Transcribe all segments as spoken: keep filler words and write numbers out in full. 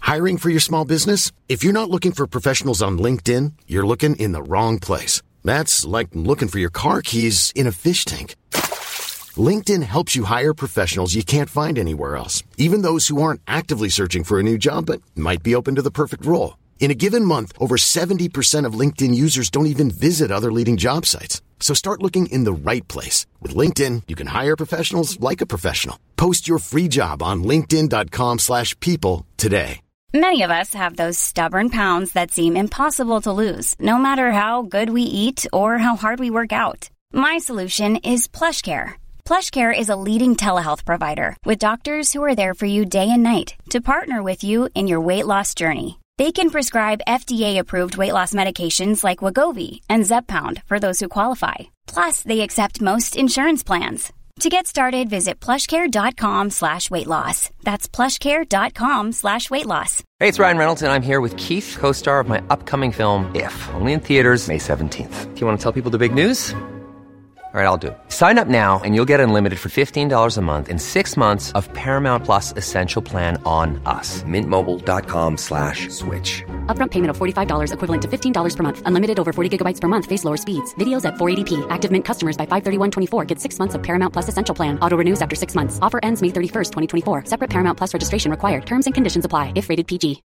Hiring for your small business? If you're not looking for professionals on LinkedIn, you're looking in the wrong place. That's like looking for your car keys in a fish tank. LinkedIn helps you hire professionals you can't find anywhere else, even those who aren't actively searching for a new job but might be open to the perfect role. In a given month, over seventy percent of LinkedIn users don't even visit other leading job sites. So start looking in the right place. With LinkedIn, you can hire professionals like a professional. Post your free job on linkedin.com slash people today. Many of us have those stubborn pounds that seem impossible to lose, no matter how good we eat or how hard we work out. My solution is PlushCare. PlushCare is a leading telehealth provider with doctors who are there for you day and night to partner with you in your weight loss journey. They can prescribe F D A-approved weight loss medications like Wegovy and Zepbound for those who qualify. Plus, they accept most insurance plans. To get started, visit plushcare.com slash weight loss. That's plushcare.com slash weight loss. Hey, it's Ryan Reynolds, and I'm here with Keith, co-star of my upcoming film, If, only in theaters May seventeenth. Do you want to tell people the big news? All right, I'll do it. Sign up now and you'll get unlimited for fifteen dollars a month and six months of Paramount Plus Essential Plan on us. Mintmobile.com slash switch. Upfront payment of forty-five dollars equivalent to fifteen dollars per month. Unlimited over forty gigabytes per month. Face lower speeds. Videos at four eighty p. Active Mint customers by five thirty-one twenty-four get six months of Paramount Plus Essential Plan. Auto renews after six months. Offer ends May thirty-first, twenty twenty-four. Separate Paramount Plus registration required. Terms and conditions apply if rated P G.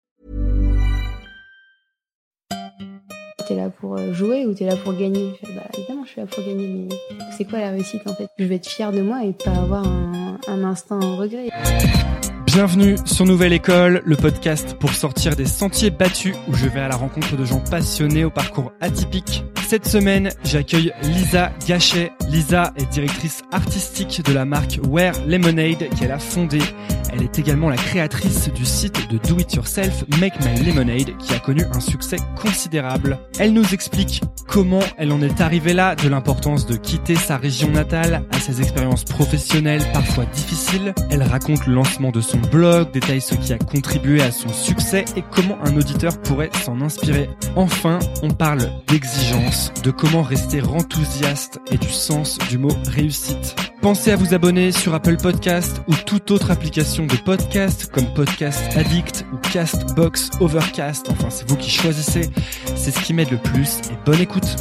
T'es là pour jouer ou t'es là pour gagner? Je fais, bah, évidemment, je suis là pour gagner, mais c'est quoi la réussite en fait? Je vais être fière de moi et pas avoir un, un instinct en regret. Bienvenue sur Nouvelle École, le podcast pour sortir des sentiers battus où je vais à la rencontre de gens passionnés au parcours atypique. Cette semaine, j'accueille Lisa Gachet. Lisa est directrice artistique de la marque Wear Lemonade qu'elle a fondée. Elle est également la créatrice du site de Do It Yourself Make My Lemonade qui a connu un succès considérable. Elle nous explique comment elle en est arrivée là, de l'importance de quitter sa région natale à ses expériences professionnelles parfois difficiles. Elle raconte le lancement de son blog, détaille ce qui a contribué à son succès et comment un auditeur pourrait s'en inspirer. Enfin, on parle d'exigence, de comment rester enthousiaste et du sens du mot réussite. Pensez à vous abonner sur Apple Podcast ou toute autre application de podcast comme Podcast Addict ou Castbox, Overcast. Enfin, c'est vous qui choisissez. C'est ce qui m'aide le plus et bonne écoute.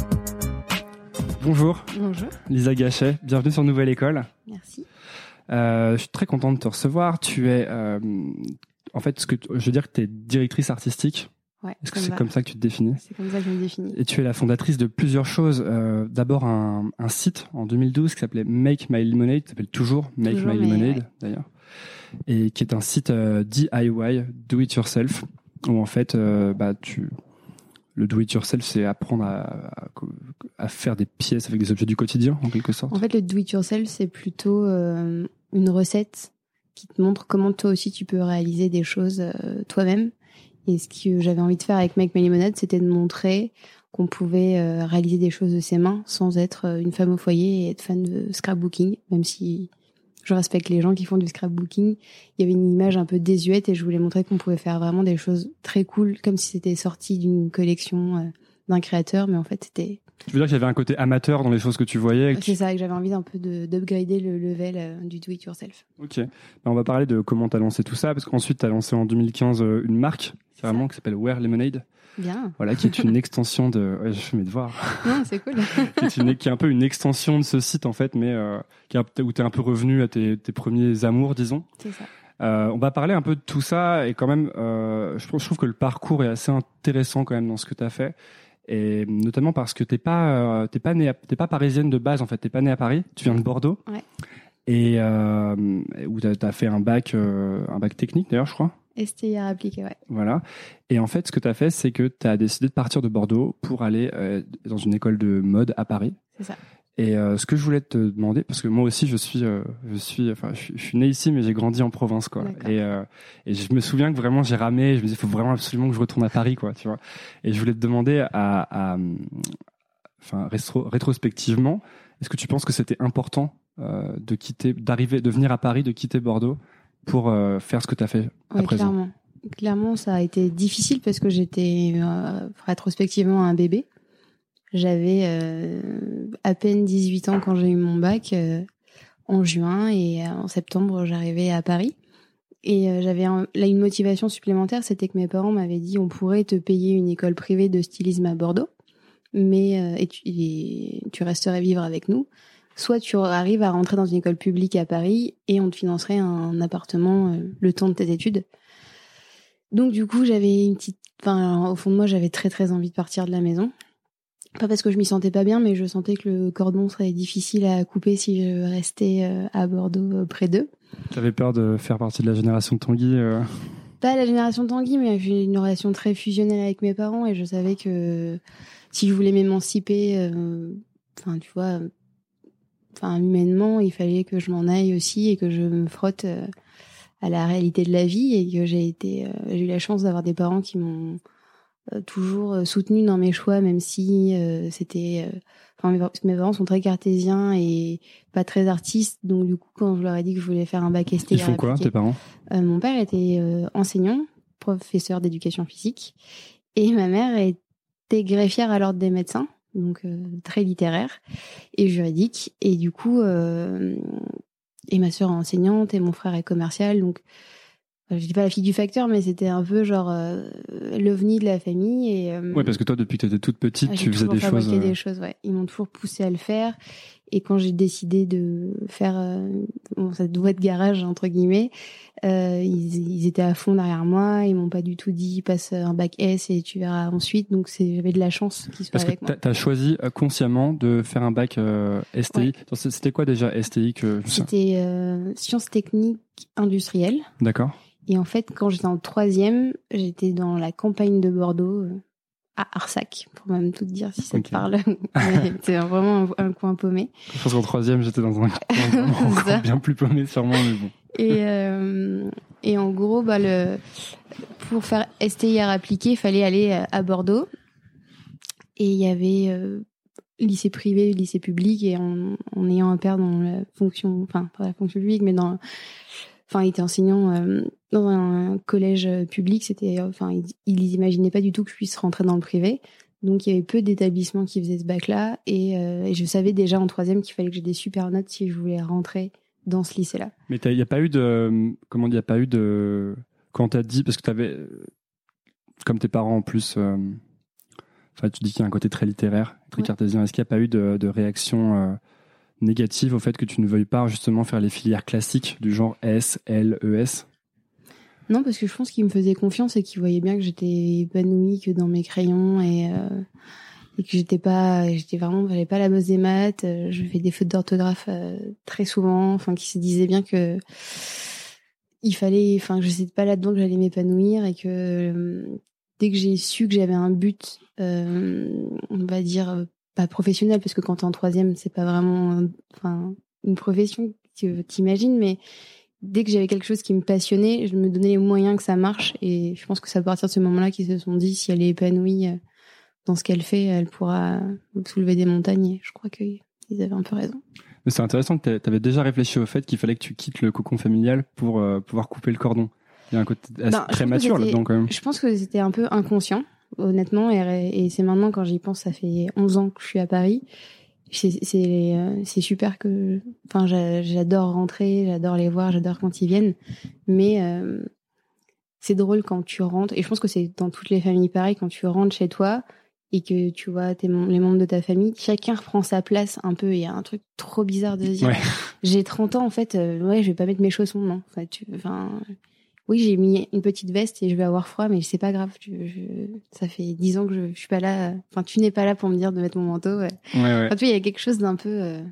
Bonjour. Bonjour. Lisa Gachet, bienvenue sur Nouvelle École. Merci. Euh, je suis très contente de te recevoir. Tu es, euh, en fait, ce que je veux dire que tu es directrice artistique. Ouais, Est-ce que c'est va. comme ça que tu te définis? C'est comme ça que je me définis. Et tu es la fondatrice de plusieurs choses. Euh, d'abord un, un site en deux mille douze qui s'appelait Make My Lemonade, qui s'appelle toujours Make toujours, My Lemonade ouais. d'ailleurs, et qui est un site euh, D I Y, Do It Yourself, où en fait, euh, bah tu, le Do It Yourself, c'est apprendre à, à, à faire des pièces avec des objets du quotidien, en quelque sorte. En fait, le Do It Yourself, c'est plutôt euh, une recette qui te montre comment toi aussi tu peux réaliser des choses euh, toi-même. Et ce que j'avais envie de faire avec Make My Lemonade, c'était de montrer qu'on pouvait euh, réaliser des choses de ses mains sans être euh, une femme au foyer et être fan de scrapbooking, même si je respecte les gens qui font du scrapbooking. Il y avait une image un peu désuète et je voulais montrer qu'on pouvait faire vraiment des choses très cool, comme si c'était sorti d'une collection euh, d'un créateur, mais en fait c'était... Tu veux dire qu'il y avait un côté amateur dans les choses que tu voyais? C'est ça, que j'avais envie d'un peu de, d'upgrader le level euh, du do it yourself. Ok. Ben, on va parler de comment tu as lancé tout ça, parce qu'ensuite tu as lancé en deux mille quinze euh, une marque, carrément, qui s'appelle Wear Lemonade. Bien. Voilà, qui est une extension de... Ouais, je fais mes devoirs. Non, c'est cool. qui, est une, qui est un peu une extension de ce site, en fait, mais euh, qui est, où tu es un peu revenu à tes, tes premiers amours, disons. C'est ça. Euh, on va parler un peu de tout ça, et quand même, euh, je, trouve, je trouve que le parcours est assez intéressant quand même dans ce que tu as fait. Et notamment parce que t'es pas, euh, t'es pas née, à, t'es pas parisienne de base en fait, t'es pas née à Paris, tu viens de Bordeaux. Ouais. Et euh, où t'as, t'as fait un bac, euh, un bac technique d'ailleurs, je crois. S T I R appliqué, ouais. Voilà. Et en fait, ce que t'as fait, c'est que t'as décidé de partir de Bordeaux pour aller euh, dans une école de mode à Paris. C'est ça. Et euh, ce que je voulais te demander, parce que moi aussi je suis, euh, je suis, enfin, je suis, je suis né ici, mais j'ai grandi en province, quoi. D'accord. Et euh, et je me souviens que vraiment j'ai ramé. Je me disais, il faut vraiment absolument que je retourne à Paris, quoi, tu vois. Et je voulais te demander, à, à enfin, rétro, rétrospectivement, est-ce que tu penses que c'était important euh, de quitter, d'arriver, de venir à Paris, de quitter Bordeaux pour euh, faire ce que tu as fait à ouais, présent? Clairement, clairement, ça a été difficile parce que j'étais euh, rétrospectivement un bébé. J'avais euh, à peine dix-huit ans quand j'ai eu mon bac euh, en juin et en septembre j'arrivais à Paris Et euh, j'avais un, là une motivation supplémentaire, c'était que mes parents m'avaient dit on pourrait te payer une école privée de stylisme à Bordeaux, mais euh, et tu, et tu resterais vivre avec nous. Soit tu arrives à rentrer dans une école publique à Paris et on te financerait un appartement euh, le temps de tes études. Donc du coup, j'avais une petite, enfin au fond de moi, j'avais très très envie de partir de la maison. Pas parce que je m'y sentais pas bien, mais je sentais que le cordon serait difficile à couper si je restais euh, à Bordeaux euh, près d'eux. T'avais peur de faire partie de la génération de Tanguy euh... Pas la génération de Tanguy, mais j'ai une relation très fusionnelle avec mes parents et je savais que si je voulais m'émanciper, enfin euh, tu vois, enfin humainement, il fallait que je m'en aille aussi et que je me frotte euh, à la réalité de la vie et que j'ai été, euh, j'ai eu la chance d'avoir des parents qui m'ont euh, toujours soutenue dans mes choix, même si euh, c'était, euh, enfin mes, mes parents sont très cartésiens et pas très artistes, donc du coup quand je leur ai dit que je voulais faire un bac S T, ils font quoi tes parents? euh, Mon père était euh, enseignant, professeur d'éducation physique, et ma mère était greffière à l'ordre des médecins, donc euh, très littéraire et juridique, et du coup euh, et ma sœur est enseignante et mon frère est commercial, donc je dis pas la fille du facteur, mais c'était un peu genre euh, l'ovni de la famille. Et, euh, ouais, parce que toi, depuis que tu étais toute petite, ah, tu faisais des choses. J'ai des choses, ouais. Ils m'ont toujours poussé à le faire. Et quand j'ai décidé de faire euh, bon, cette doigt de garage entre guillemets, euh, ils, ils étaient à fond derrière moi. Ils m'ont pas du tout dit passe un bac S et tu verras ensuite. Donc c'est, j'avais de la chance qu'ils soient parce avec que moi. Parce que t'as choisi consciemment de faire un bac euh, S T I. Ouais. C'était quoi déjà S T I que C'était euh, sciences techniques industrielles. D'accord. Et en fait, quand j'étais en troisième, j'étais dans la campagne de Bordeaux, euh, à Arsac, pour même tout te dire si ça okay. te parle. C'était vraiment un, un coin paumé. Je pense qu'en troisième, j'étais dans un coin encore bien plus paumé sûrement, mais bon. Et, euh, et en gros, bah, le, pour faire S T I R appliqué, il fallait aller à Bordeaux. Et il y avait euh, lycée privé, lycée public, et en, en ayant un père dans la fonction, enfin pas la fonction publique, mais dans... Enfin, il était enseignant euh, dans un collège public. C'était, enfin, il, il imaginait pas du tout que je puisse rentrer dans le privé. Donc, il y avait peu d'établissements qui faisaient ce bac-là, et, euh, et je savais déjà en troisième qu'il fallait que j'ai des super notes si je voulais rentrer dans ce lycée-là. Mais il y a pas eu de, comment il y a pas eu de, quand t'as dit, parce que t'avais, comme tes parents en plus, euh, enfin, tu dis qu'il y a un côté très littéraire, très ouais. cartésien. Est-ce qu'il y a pas eu de, de réaction euh, négative au fait que tu ne veuilles pas justement faire les filières classiques du genre S, L, E S? Non, parce que je pense qu'ils me faisaient confiance et qu'ils voyaient bien que j'étais épanouie que dans mes crayons et, euh, et que j'étais pas, j'étais vraiment, j'avais pas la bosse des maths. Euh, je fais des fautes d'orthographe euh, très souvent. Enfin, qu'ils se disaient bien que il fallait, enfin, que je sais pas là-dedans que j'allais m'épanouir et que euh, dès que j'ai su que j'avais un but, euh, on va dire pas professionnel, parce que quand t'es en troisième, c'est pas vraiment, enfin, une profession que t'imagines, mais dès que j'avais quelque chose qui me passionnait, je me donnais les moyens que ça marche, et je pense que c'est à partir de ce moment-là qu'ils se sont dit, si elle est épanouie dans ce qu'elle fait, elle pourra soulever des montagnes, et je crois qu'ils avaient un peu raison. Mais c'est intéressant que tu avais déjà réfléchi au fait qu'il fallait que tu quittes le cocon familial pour euh, pouvoir couper le cordon. Il y a un côté ben, très mature là-dedans quand même. Je pense que c'était un peu inconscient, honnêtement, et, et c'est maintenant quand j'y pense, ça fait onze ans que je suis à Paris. C'est, c'est, c'est super que, enfin, j'adore rentrer, j'adore les voir, j'adore quand ils viennent, mais euh, c'est drôle quand tu rentres, et je pense que c'est dans toutes les familles pareil, quand tu rentres chez toi et que tu vois tes, les membres de ta famille, chacun reprend sa place un peu. Il y a un truc trop bizarre de se dire, ouais. J'ai trente ans en fait, euh, ouais, je vais pas mettre mes chaussons, non. Enfin, tu, enfin, oui, j'ai mis une petite veste et je vais avoir froid, mais c'est pas grave. Je, je, ça fait dix ans que je, je suis pas là. Enfin, tu n'es pas là pour me dire de mettre mon manteau. Ouais. Ouais, ouais. Enfin, tu vois, il y a quelque chose d'un peu. Euh...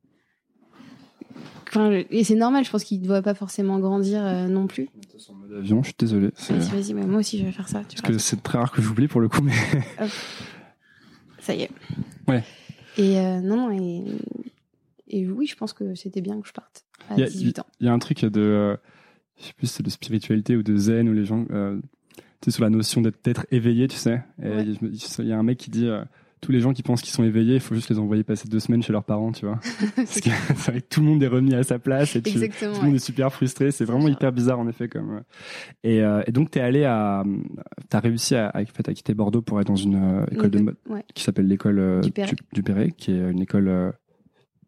Enfin, et c'est normal. Je pense qu'il ne doit pas forcément grandir euh, non plus. C'est en mode avion. Je suis désolé. Vas-y, vas-y. Mais moi aussi, je vais faire ça. Tu Parce que c'est très rare que j'oublie pour le coup, mais. Hop. Ça y est. Ouais. Et euh, non, et, et oui, je pense que c'était bien que je parte à a, dix-huit ans. Il y a un truc de. Euh... Je sais plus si c'est de spiritualité ou de zen, où les gens, euh, tu sais, sur la notion d'être, d'être éveillé, tu sais. Et ouais. Il y a un mec qui dit, euh, tous les gens qui pensent qu'ils sont éveillés, il faut juste les envoyer passer deux semaines chez leurs parents, tu vois. Parce que c'est vrai que tout le monde est remis à sa place et tu, tout le monde ouais. est super frustré. C'est vraiment hyper bizarre, en effet, comme. Et, euh, et donc, t'es allé à, t'as réussi à, à, en fait, à quitter Bordeaux pour être dans une euh, école une de mode ouais. qui s'appelle l'école euh, du, Perret. du, du Perret, qui est une école euh,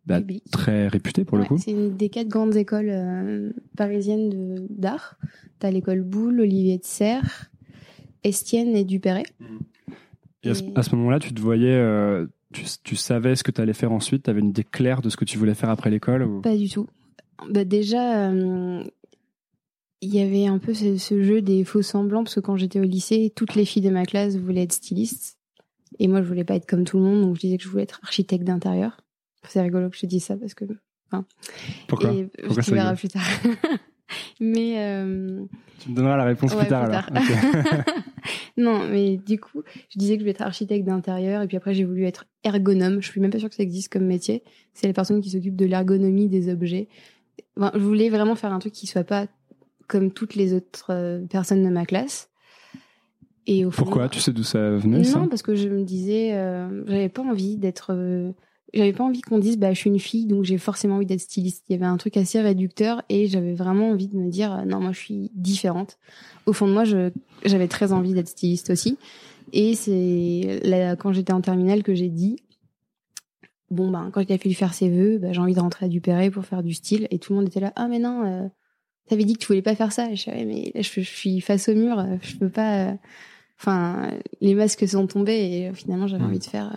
bah, très réputée pour ouais, le coup. C'est une des quatre grandes écoles euh, parisiennes de, d'art. T'as l'école Boulle, Olivier de Serres, Estienne et Duperré. Et, et... À, ce, à ce moment-là, tu te voyais, euh, tu, tu savais ce que tu allais faire ensuite. Tu avais une idée claire de ce que tu voulais faire après l'école ou... Pas du tout. Bah, déjà, euh, il y avait un peu ce, ce jeu des faux semblants, parce que quand j'étais au lycée, toutes les filles de ma classe voulaient être stylistes. Et moi, je voulais pas être comme tout le monde, donc je disais que je voulais être architecte d'intérieur. C'est rigolo que je te dise ça, parce que... Enfin, Pourquoi et Pourquoi tu verras plus tard. Mais... Euh... Tu me donneras la réponse ouais, plus tard, plus alors. tard. Okay. Non, mais du coup, je disais que je voulais être architecte d'intérieur, et puis après, j'ai voulu être ergonome. Je suis même pas sûre que ça existe comme métier. C'est les personnes qui s'occupent de l'ergonomie des objets. Enfin, je voulais vraiment faire un truc qui soit pas comme toutes les autres euh, personnes de ma classe. Et au fond, pourquoi ? Tu sais d'où ça venait, non, ça ? parce que je me disais, euh, j'avais pas envie d'être, euh, j'avais pas envie qu'on dise, bah, je suis une fille, donc j'ai forcément envie d'être styliste. Il y avait un truc assez réducteur, et j'avais vraiment envie de me dire, euh, non, moi, je suis différente. Au fond de moi, je, j'avais très envie d'être styliste aussi. Et c'est là, quand j'étais en terminale, que j'ai dit, bon, ben, quand il a fallu faire ses vœux, bah, j'ai envie de rentrer à Duperré pour faire du style, et tout le monde était là, ah, mais non, euh, t'avais dit que tu voulais pas faire ça. Et je suis, ouais, mais là, je, je suis face au mur, je peux pas, euh, enfin, les masques sont tombés et finalement j'avais mmh. envie de faire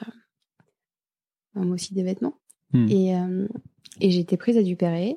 euh, moi aussi des vêtements. Mmh. Et, euh, et j'ai été prise à Duperré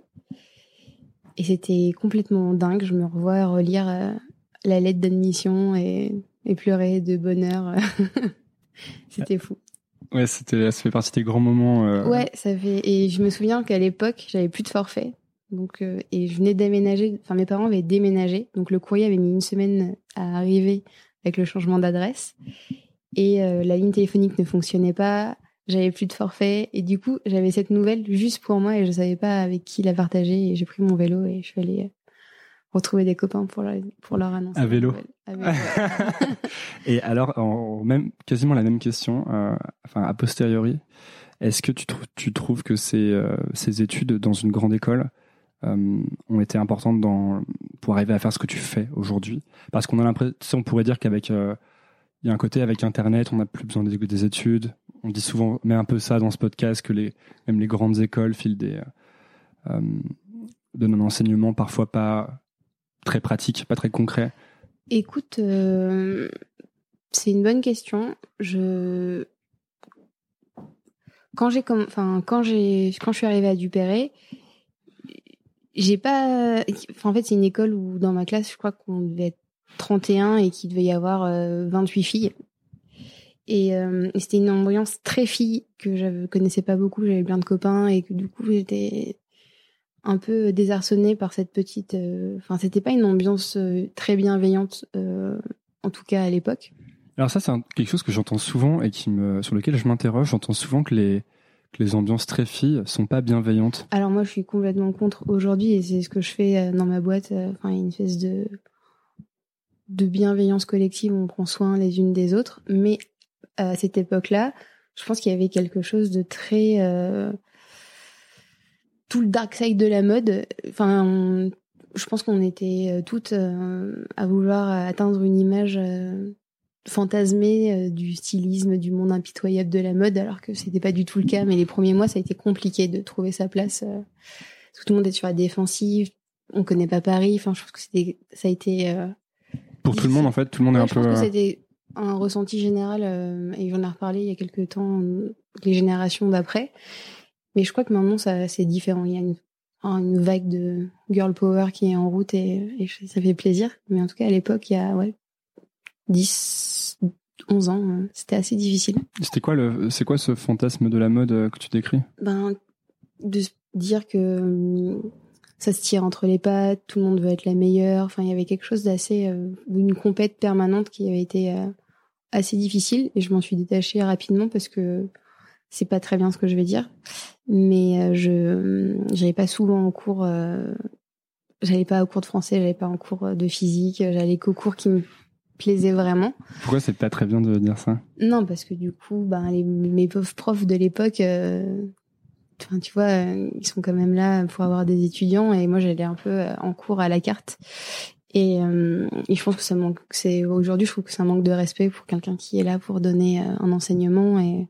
et c'était complètement dingue. Je me revois relire euh, la lettre d'admission et, et pleurer de bonheur. C'était fou. Ouais, c'était, ça fait partie des grands moments. Euh... Ouais, ça fait. Et je me souviens qu'à l'époque, j'avais plus de forfait. Donc, euh, et je venais d'aménager. Enfin, mes parents avaient déménagé. Donc, le courrier avait mis une semaine à arriver avec le changement d'adresse. Et euh, la ligne téléphonique ne fonctionnait pas. J'avais plus de forfait. Et du coup, j'avais cette nouvelle juste pour moi et je savais pas avec qui la partager. Et j'ai pris mon vélo et je suis allée retrouver des copains pour leur, pour leur annoncer. À vélo. À vélo. Et alors, en, même, quasiment la même question, euh, enfin, a posteriori, est-ce que tu, trou- tu trouves que ces, euh, ces études dans une grande école euh, ont été importantes dans, pour arriver à faire ce que tu fais aujourd'hui ? Parce qu'on a l'impression, on pourrait dire qu'avec, euh, il y a un côté avec Internet, on n'a plus besoin des, des études. On dit souvent, mais un peu ça dans ce podcast, que les, même les grandes écoles filent des, euh, donnent un enseignement parfois pas très pratique, pas très concret. Écoute, euh, c'est une bonne question. Je quand j'ai comme, enfin quand j'ai quand je suis arrivée à Duperré, j'ai pas. Enfin, en fait, c'est une école où dans ma classe, je crois qu'on devait être trente et un et qu'il devait y avoir euh, vingt-huit filles. Et, euh, et c'était une ambiance très fille que je connaissais pas beaucoup. J'avais plein de copains et que du coup j'étais un peu désarçonnée par cette petite. Enfin, euh, c'était pas une ambiance euh, très bienveillante, euh, en tout cas à l'époque. Alors ça, c'est un, quelque chose que j'entends souvent et qui me, sur lequel je m'interroge. J'entends souvent que les, que les ambiances très filles sont pas bienveillantes. Alors moi, je suis complètement contre aujourd'hui et c'est ce que je fais dans ma boîte. Enfin, il y a une espèce de de bienveillance collective. On prend soin les unes des autres, mais à cette époque-là, je pense qu'il y avait quelque chose de très euh, tout le dark side de la mode. Enfin, on, je pense qu'on était toutes euh, à vouloir atteindre une image euh, fantasmée euh, du stylisme, du monde impitoyable de la mode, alors que c'était pas du tout le cas. Mais les premiers mois, ça a été compliqué de trouver sa place. Euh, parce que tout le monde est sur la défensive. On connaît pas Paris. Enfin, je pense que c'était, ça a été euh, pour tout le monde en fait. Tout le monde ouais, est un je peu. Je pense que c'était un ressenti général, euh, et j'en ai reparlé il y a quelques temps, euh, les générations d'après. Mais je crois que maintenant, ça, c'est différent. Il y a une, une vague de girl power qui est en route et, et ça fait plaisir. Mais en tout cas, à l'époque, il y a ouais, dix, onze ans, euh, c'était assez difficile. C'était quoi le, c'est quoi ce fantasme de la mode euh, que tu décris ? Ben, de se dire que euh, ça se tire entre les pattes, tout le monde veut être la meilleure. Enfin, il y avait quelque chose d'assez, euh, une compète permanente qui avait été euh, assez difficile et je m'en suis détachée rapidement parce que c'est pas très bien ce que je vais dire, mais euh, je j'allais pas souvent en cours, euh, j'allais pas au cours de français, j'allais pas en cours de physique, j'allais qu'aux cours qui me plaisaient vraiment. Pourquoi c'est pas très bien de dire ça ? Non, parce que du coup, ben les, mes pauvres profs de l'époque, euh, enfin tu vois, euh, ils sont quand même là pour avoir des étudiants et moi j'allais un peu en cours à la carte. Et, euh, et je pense que ça manque. C'est aujourd'hui, je trouve que ça manque de respect pour quelqu'un qui est là pour donner euh, un enseignement et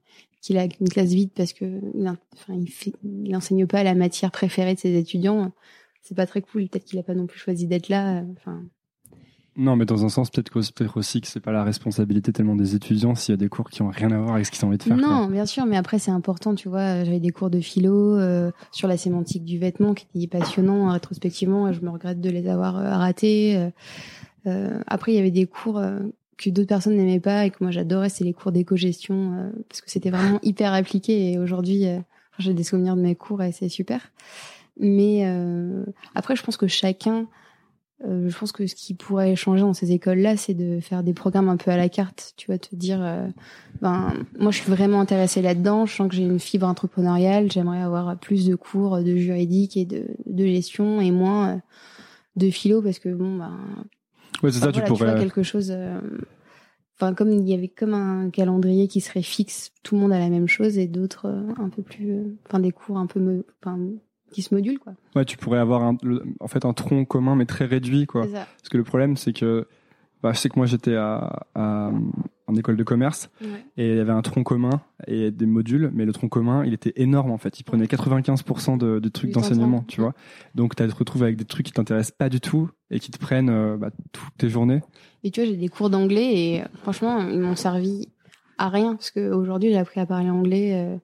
qu'il a une classe vide parce que il, enfin, il, fait, il enseigne pas la matière préférée de ses étudiants, c'est pas très cool. Peut-être qu'il a pas non plus choisi d'être là. Enfin. Non, mais dans un sens, peut-être aussi que c'est pas la responsabilité tellement des étudiants s'il y a des cours qui ont rien à voir avec ce qu'ils ont envie de faire. Non, quoi. Bien sûr, mais après c'est important, tu vois. J'avais des cours de philo euh, sur la sémantique du vêtement qui étaient passionnants. Rétrospectivement, je me regrette de les avoir euh, ratés. Euh, euh, après, il y avait des cours euh, que d'autres personnes n'aimaient pas et que moi j'adorais, c'est les cours d'éco-gestion euh, parce que c'était vraiment hyper appliqué. Et aujourd'hui, euh, j'ai des souvenirs de mes cours et c'est super. Mais euh, après, je pense que chacun Euh, je pense que ce qui pourrait changer dans ces écoles-là, c'est de faire des programmes un peu à la carte. Tu vas te dire, euh, ben, moi, je suis vraiment intéressée là-dedans. Je sens que j'ai une fibre entrepreneuriale. J'aimerais avoir plus de cours de juridique et de, de gestion et moins euh, de philo parce que bon, ben, ouais, c'est ça. Voilà, tu pourrais tu vois, quelque chose. Enfin, euh, comme il y avait comme un calendrier qui serait fixe, tout le monde a la même chose et d'autres euh, un peu plus, enfin, euh, des cours un peu, me, enfin. qui se module quoi. Ouais, tu pourrais avoir un, le, en fait un tronc commun mais très réduit quoi. Parce que le problème c'est que bah, je sais que moi j'étais à, à en école de commerce ouais. et il y avait un tronc commun et des modules, mais le tronc commun il était énorme en fait. Il prenait quatre-vingt-quinze pour cent de, de trucs d'enseignement, tu vois. Donc tu te retrouves avec des trucs qui t'intéressent pas du tout et qui te prennent euh, bah, toutes tes journées. Et tu vois, j'ai des cours d'anglais et franchement ils m'ont servi à rien parce que aujourd'hui j'ai appris à parler anglais. Euh,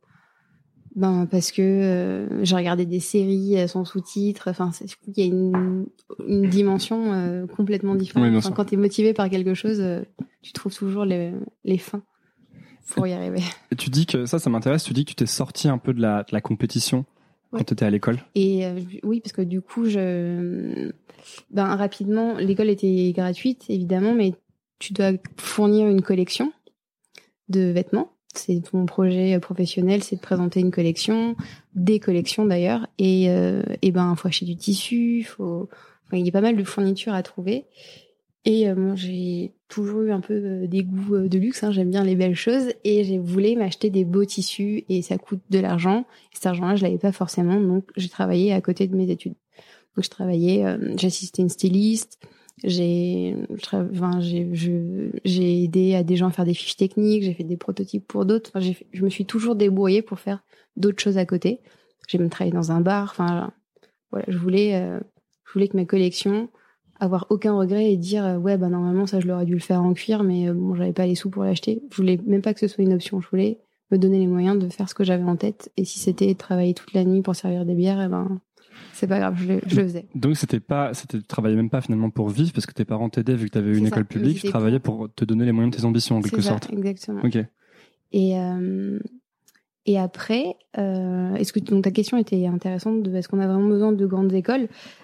Ben parce que euh, j'ai regardé des séries sans sous-titres. Enfin, c'est, il y a une, une dimension euh, complètement différente. Oui, enfin, quand t'es motivé par quelque chose, euh, tu trouves toujours les, les fins pour y arriver. Et tu dis que ça, ça m'intéresse. Tu dis que tu t'es sorti un peu de la, de la compétition ouais. quand t'étais à l'école. Et euh, oui, parce que du coup, je, ben rapidement, l'école était gratuite évidemment, mais tu dois fournir une collection de vêtements. C'est ton projet professionnel, c'est de présenter une collection, des collections d'ailleurs, et euh, et ben faut acheter du tissu, faut, enfin, il y a pas mal de fournitures à trouver. Et euh, moi j'ai toujours eu un peu des goûts de luxe, hein, j'aime bien les belles choses, et j'ai voulu m'acheter des beaux tissus et ça coûte de l'argent. Et cet argent-là, je l'avais pas forcément, donc j'ai travaillé à côté de mes études. Donc je travaillais, euh, j'assistais une styliste. J'ai, enfin, j'ai, je, j'ai aidé à des gens à faire des fiches techniques, j'ai fait des prototypes pour d'autres. Enfin, j'ai, je me suis toujours débrouillée pour faire d'autres choses à côté. J'ai même travaillé dans un bar. Enfin, voilà, je voulais, euh, je voulais que ma collection, avoir aucun regret et dire, euh, ouais, bah normalement ça je l'aurais dû le faire en cuir, mais euh, bon, j'avais pas les sous pour l'acheter. Je voulais même pas que ce soit une option. Je voulais me donner les moyens de faire ce que j'avais en tête. Et si c'était de travailler toute la nuit pour servir des bières, eh ben. C'est pas grave, je le, je le faisais. Donc c'était pas, c'était, tu travaillais même pas finalement pour vivre parce que tes parents t'aidaient vu que t'avais eu une ça. école publique, tu travaillais pour... pour te donner les moyens de tes ambitions en c'est quelque ça, sorte. Exactement. Ok. Et euh, et après, euh, est-ce que donc ta question était intéressante de est-ce qu'on a vraiment besoin de grandes écoles?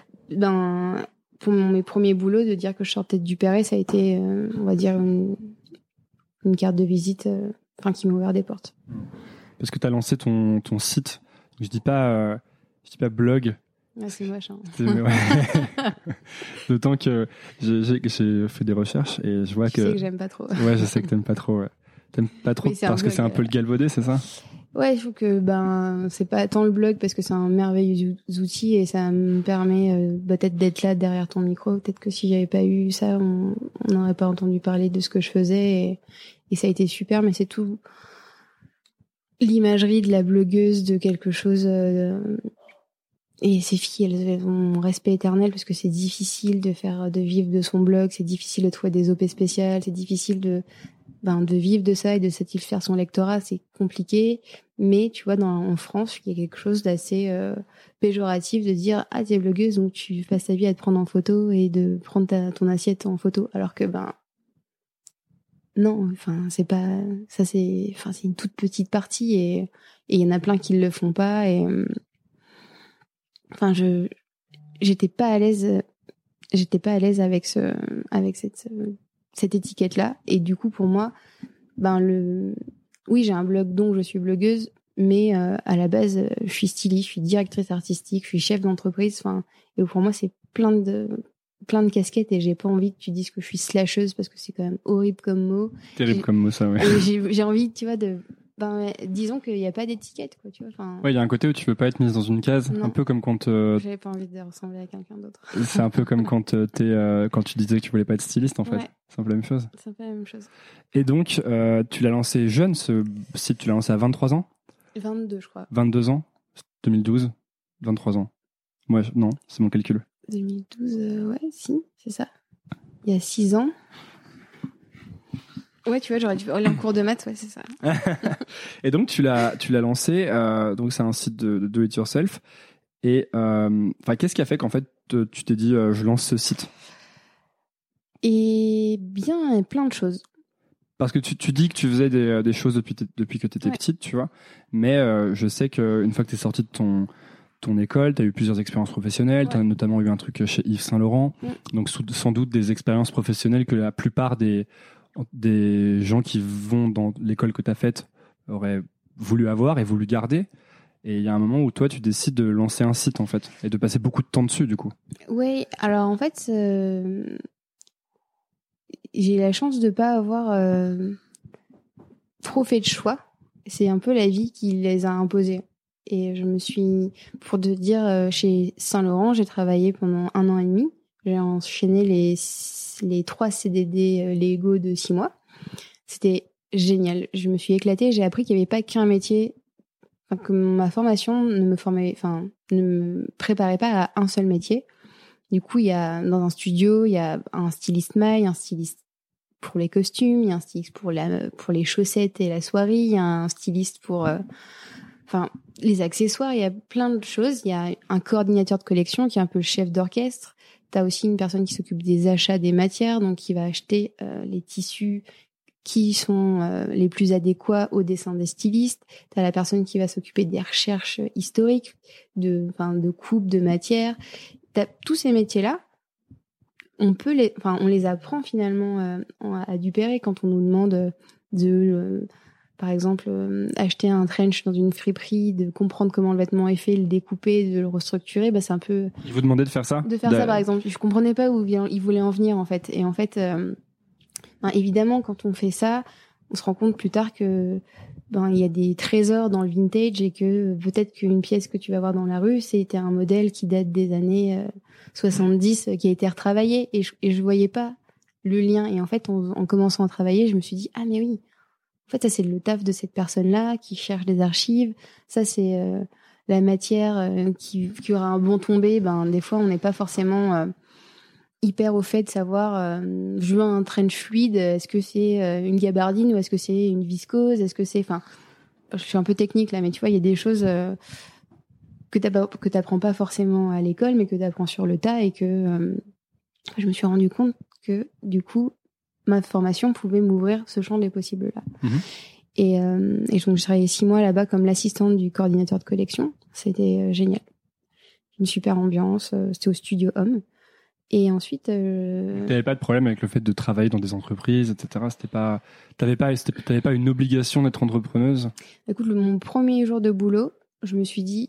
Ben pour mon, mes premiers boulots, de dire que je sortais du Perret, ça a été, euh, on va dire une, une carte de visite, euh, enfin qui m'a ouvert des portes. Parce que t'as lancé ton ton site. Je dis pas, euh, je dis pas blog. Ah, c'est moche, hein. C'est, ouais. D'autant que j'ai, j'ai, j'ai fait des recherches et je vois tu que. Tu sais que j'aime pas trop. Ouais, je sais que t'aimes pas trop, ouais. T'aimes pas trop oui, parce que c'est un peu le galvaudé, c'est ça? Ouais, je trouve que, ben, c'est pas tant le blog parce que c'est un merveilleux outil et ça me permet, euh, peut-être d'être là derrière ton micro. Peut-être que si j'avais pas eu ça, on n'aurait pas entendu parler de ce que je faisais et, et ça a été super, mais c'est tout l'imagerie de la blogueuse de quelque chose, euh, et ces filles, elles ont mon respect éternel parce que c'est difficile de faire, de vivre de son blog, c'est difficile de trouver des O P spéciales, c'est difficile de, ben, de vivre de ça et de satisfaire son lectorat, c'est compliqué. Mais tu vois, dans, en France, il y a quelque chose d'assez euh, péjoratif de dire ah t'es blogueuse donc tu passes ta vie à te prendre en photo et de prendre ta, ton assiette en photo, alors que ben non, enfin c'est pas ça, c'est enfin c'est une toute petite partie et il y en a plein qui le font pas et enfin je j'étais pas à l'aise j'étais pas à l'aise avec ce avec cette cette étiquette là et du coup pour moi ben le oui j'ai un blog donc je suis blogueuse mais euh, à la base je suis styliste, je suis directrice artistique, je suis chef d'entreprise, enfin et pour moi c'est plein de plein de casquettes et j'ai pas envie que tu dises que je suis slasheuse parce que c'est quand même horrible comme mot. Terrible j'ai, comme mot ça ouais. J'ai, j'ai envie tu vois de Ben, disons qu'il n'y a pas d'étiquette, quoi, tu vois. Enfin, Ouais, il y a un côté où tu veux pas être mise dans une case, Non. un peu comme quand euh, j'avais pas envie de ressembler à quelqu'un d'autre. c'est un peu comme quand euh, t'es euh, quand tu disais que tu voulais pas être styliste en fait. Ouais. C'est un peu la même chose. C'est un peu la même chose. Et donc euh, tu l'as lancé jeune, ce site, tu l'as lancé à vingt-trois ans, vingt-deux, je crois. vingt-deux ans, deux mille douze, vingt-trois ans. Moi, je- non, c'est mon calcul. deux mille douze, euh, ouais, si, c'est ça. Il y a six ans. Ouais, tu vois, j'aurais dû aller en cours de maths, ouais, c'est ça. Et donc tu l'as tu l'as lancé, euh, donc c'est un site de, de do it yourself. Et euh, enfin, qu'est-ce qui a fait qu'en fait te- tu t'es dit euh, je lance ce site? Et bien, plein de choses. Parce que tu, tu dis que tu faisais des, des choses depuis, t'es- depuis que tu étais Ouais. petite, tu vois. Mais euh, je sais qu'une fois que tu es sortie de ton, ton école, tu as eu plusieurs expériences professionnelles. Ouais. Tu as notamment eu un truc chez Yves Saint Laurent. Mm. Donc sous- sans doute des expériences professionnelles que la plupart des, des gens qui vont dans l'école que tu as faite auraient voulu avoir et voulu garder. Et il y a un moment où toi, tu décides de lancer un site, en fait, et de passer beaucoup de temps dessus, du coup. Oui, alors en fait, euh, j'ai la chance de pas avoir euh, trop fait de choix. C'est un peu la vie qui les a imposés. Et je me suis, pour te dire, euh, chez Saint Laurent, j'ai travaillé pendant un an et demi. J'ai enchaîné les, les trois C D D euh, légaux de six mois. C'était génial. Je me suis éclatée. J'ai appris qu'il n'y avait pas qu'un métier, enfin, que ma formation ne me formait, enfin, ne me préparait pas à un seul métier. Du coup, il y a, dans un studio, il y a un styliste maille, un styliste pour les costumes, il y a un styliste pour la, pour les chaussettes et la soirée, il y a un styliste pour, euh, enfin, les accessoires, il y a plein de choses. Il y a un coordinateur de collection qui est un peu le chef d'orchestre. T'as aussi une personne qui s'occupe des achats des matières, donc qui va acheter euh, les tissus qui sont euh, les plus adéquats aux dessins des stylistes. T'as la personne qui va s'occuper des recherches historiques, de, enfin, de coupe, de matière. T'as tous ces métiers-là. On peut les, enfin, on les apprend finalement euh, à Duperré quand on nous demande de, euh, par exemple, euh, acheter un trench dans une friperie, de comprendre comment le vêtement est fait, le découper, de le restructurer. Bah, c'est un peu Ils vous demandaient de faire ça? de faire De- ça, par exemple. Je comprenais pas où ils voulaient en venir, en fait. Et en fait, euh, ben, évidemment, quand on fait ça, on se rend compte plus tard que ben il y a des trésors dans le vintage et que peut-être qu'une pièce que tu vas voir dans la rue, c'était un modèle qui date des années euh, soixante-dix, euh, qui a été retravaillé. Et je, et je voyais pas le lien. Et en fait, en, en commençant à travailler, je me suis dit, ah mais oui, en fait, ça c'est le taf de cette personne-là qui cherche des archives. Ça c'est euh, la matière euh, qui, qui aura un bon tombé. Ben des fois, on n'est pas forcément euh, hyper au fait de savoir, euh, je veux un trench fluide, est-ce que c'est euh, une gabardine ou est-ce que c'est une viscose, est-ce que c'est, enfin, je suis un peu technique là, mais tu vois, il y a des choses euh, que t'as pas, que t'apprends pas forcément à l'école, mais que t'apprends sur le tas et que euh, je me suis rendu compte que du coup, ma formation pouvait m'ouvrir ce champ des possibles là. Mhm. Et, euh, et donc, je travaillais six mois là-bas comme l'assistante du coordinateur de collection. C'était euh, génial. Une super ambiance. euh, C'était au studio Homme. Et ensuite, euh... T'avais pas de problème avec le fait de travailler dans des entreprises, et cetera. C'était pas, t'avais pas, c'était- t'avais pas une obligation d'être entrepreneuse. écoute, le, mon premier jour de boulot, je me suis dit,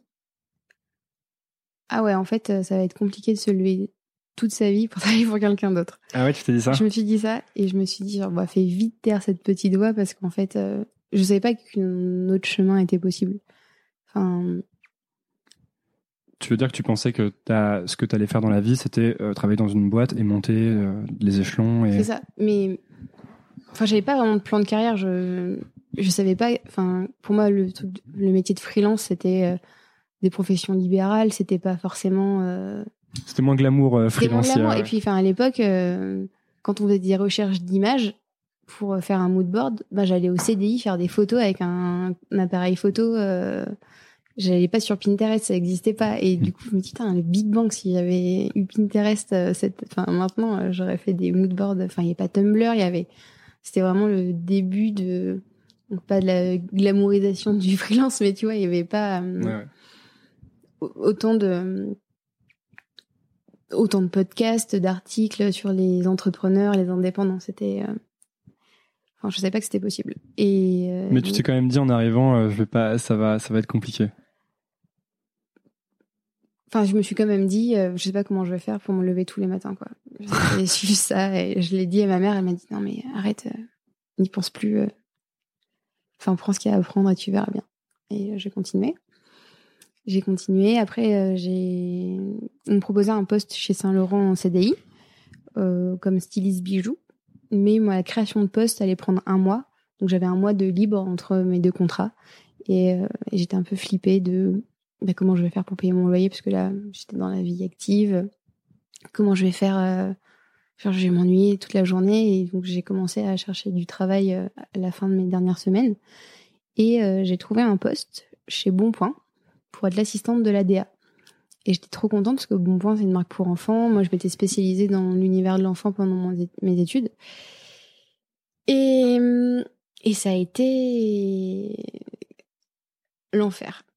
ah ouais, en fait, euh, ça va être compliqué de se lever toute sa vie pour travailler pour quelqu'un d'autre. Ah ouais, tu t'es dit ça? Je me suis dit ça et je me suis dit, genre, bah, fais vite taire cette petite voix parce qu'en fait, euh, je savais pas qu'un autre chemin était possible. Enfin, Tu veux dire que tu pensais que t'as, ce que t'allais faire dans la vie, c'était euh, travailler dans une boîte et monter euh, les échelons et... c'est ça. Mais, enfin, j'avais pas vraiment de plan de carrière. Je, je savais pas, enfin, pour moi, le truc, le métier de freelance, c'était euh, des professions libérales. C'était pas forcément, euh, C'était moins glamour euh, C'était mon freelance. glamour. euh, Et puis, enfin, à l'époque, euh, quand on faisait des recherches d'images pour euh, faire un mood board, bah, j'allais au C D I faire des photos avec un, un appareil photo. Euh, j'allais pas sur Pinterest, ça n'existait pas. Et du coup, je me dis, putain, le Big Bang, si j'avais eu Pinterest, euh, cette, enfin, maintenant, euh, j'aurais fait des mood boards. Enfin, il n'y avait pas Tumblr, il y avait, c'était vraiment le début de, donc pas de la glamourisation du freelance, mais tu vois, il y avait pas euh, ouais, ouais. autant de, autant de podcasts, d'articles sur les entrepreneurs, les indépendants. C'était, euh... enfin, je savais pas que c'était possible. Et euh, Mais tu t'es quand même dit en arrivant, euh, je vais pas, ça va, ça va être compliqué. enfin, je me suis quand même dit, euh, je sais pas comment je vais faire pour me lever tous les matins, quoi. J'ai su ça et je l'ai dit à ma mère. Elle m'a dit non mais arrête, euh, n'y pense plus. Euh. enfin, prends ce qu'il y a à apprendre et tu verras bien. Et euh, j'ai continué. J'ai continué. Après, euh, j'ai... on me proposait un poste chez Saint-Laurent en C D I, euh, comme styliste bijoux. Mais moi, la création de poste allait prendre un mois. Donc, j'avais un mois de libre entre mes deux contrats. Et, euh, et j'étais un peu flippée de bah, comment je vais faire pour payer mon loyer, parce que là, j'étais dans la vie active. Comment je vais faire euh, genre, je vais m'ennuyer toute la journée. Et donc, j'ai commencé à chercher du travail euh, à la fin de mes dernières semaines. Et euh, j'ai trouvé un poste chez Bonpoint pour être l'assistante de l'A D A. Et j'étais trop contente parce que Bonpoint, c'est une marque pour enfants. Moi, je m'étais spécialisée dans l'univers de l'enfant pendant mon, mes études. Et, et ça a été l'enfer.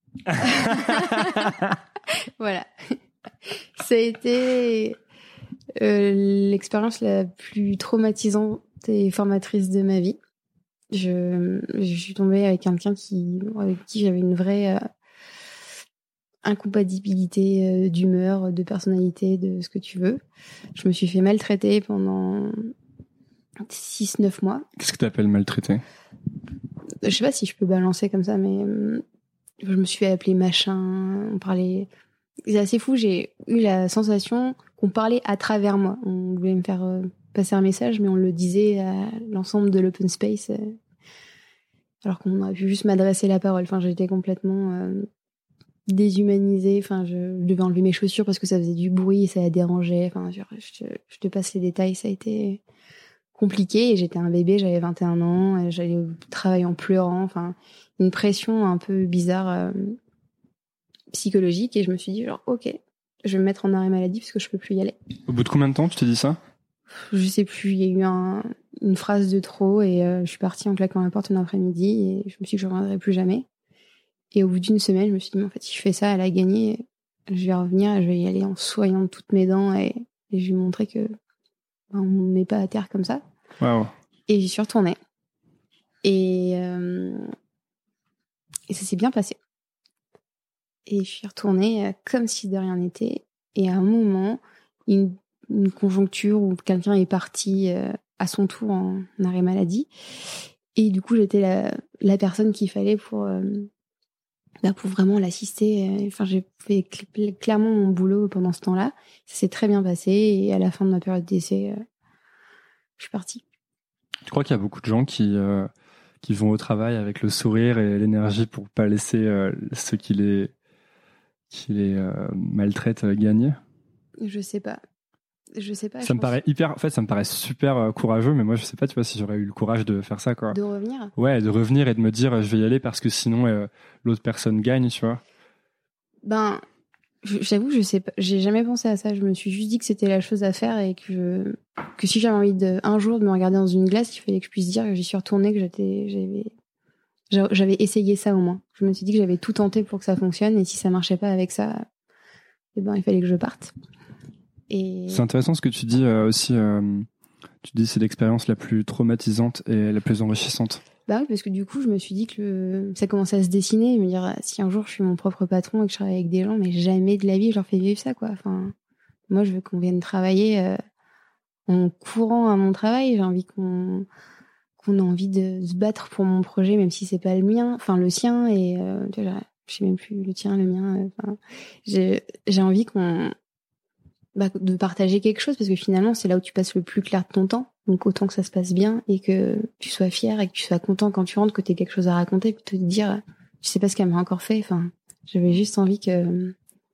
Voilà. Ça a été euh, l'expérience la plus traumatisante et formatrice de ma vie. Je, je suis tombée avec quelqu'un qui, avec qui j'avais une vraie... Euh, incompatibilité d'humeur, de personnalité, de ce que tu veux. Je me suis fait maltraiter pendant six neuf mois. Qu'est-ce que tu appelles maltraiter ? Je sais pas si je peux balancer comme ça, mais je me suis fait appeler machin, on parlait... C'est assez fou, j'ai eu la sensation qu'on parlait à travers moi. On voulait me faire passer un message, mais on le disait à l'ensemble de l'open space, alors qu'on aurait pu juste m'adresser la parole. Enfin, j'étais complètement... Euh... déshumanisée, enfin je devais enlever mes chaussures parce que ça faisait du bruit et ça la dérangeait, enfin je, je, je te passe les détails, ça a été compliqué et j'étais un bébé, j'avais vingt et un ans, et j'allais au travail en pleurant, enfin une pression un peu bizarre euh, psychologique et je me suis dit genre ok, je vais me mettre en arrêt maladie parce que je peux plus y aller. Au bout de combien de temps tu t'es dit ça ? Je sais plus, il y a eu un, une phrase de trop et euh, je suis partie en claquant la porte un après-midi et je me suis dit que je ne reviendrai plus jamais. Et au bout d'une semaine, je me suis dit, mais en fait, si je fais ça, elle a gagné, je vais revenir et je vais y aller en soignant toutes mes dents et, et je vais lui montrer que ben, on ne met pas à terre comme ça. Wow. Et j'y suis retournée. Et, euh, et ça s'est bien passé. Et je suis retournée euh, comme si de rien n'était. Et à un moment, une, une conjoncture où quelqu'un est parti euh, à son tour en, en arrêt maladie. Et du coup, j'étais la, la personne qu'il fallait pour... Euh, Bah pour vraiment l'assister. Enfin, j'ai fait cl- clairement mon boulot pendant ce temps-là. Ça s'est très bien passé et à la fin de ma période d'essai, euh, je suis partie. Tu crois qu'il y a beaucoup de gens qui euh, qui vont au travail avec le sourire et l'énergie pour pas laisser euh, ceux qui les qui les euh, maltraitent euh, gagner ? Je sais pas. Je sais pas. Ça me pense... paraît hyper. En fait, ça me paraît super euh, courageux, mais moi, je sais pas, tu vois, si j'aurais eu le courage de faire ça, quoi. De revenir. Ouais, de revenir et de me dire, je vais y aller parce que sinon, euh, l'autre personne gagne, tu vois. Ben, j'avoue, je sais pas. J'ai jamais pensé à ça. Je me suis juste dit que c'était la chose à faire et que je... que si j'avais envie de un jour de me regarder dans une glace, il fallait que je puisse dire que j'y suis retournée, que j'étais, j'avais, j'avais essayé ça au moins. Je me suis dit que j'avais tout tenté pour que ça fonctionne et si ça marchait pas avec ça, eh ben, il fallait que je parte. Et... C'est intéressant ce que tu dis euh, aussi. Euh, tu dis c'est l'expérience la plus traumatisante et la plus enrichissante. Bah oui, parce que du coup, je me suis dit que le... ça commençait à se dessiner. Me dire, si un jour je suis mon propre patron et que je travaille avec des gens, mais jamais de la vie je leur fais vivre ça, quoi. Enfin, moi, je veux qu'on vienne travailler euh, en courant à mon travail. J'ai envie qu'on qu'on a envie de se battre pour mon projet, même si c'est pas le mien, enfin le sien. Et euh, tu vois, je sais même plus le tien, le mien. Enfin, j'ai j'ai envie qu'on Bah, de partager quelque chose parce que finalement c'est là où tu passes le plus clair de ton temps, donc autant que ça se passe bien et que tu sois fier et que tu sois content quand tu rentres, que tu aies quelque chose à raconter plutôt que de dire je sais pas ce qu'elle m'a encore fait. Enfin, j'avais juste envie que...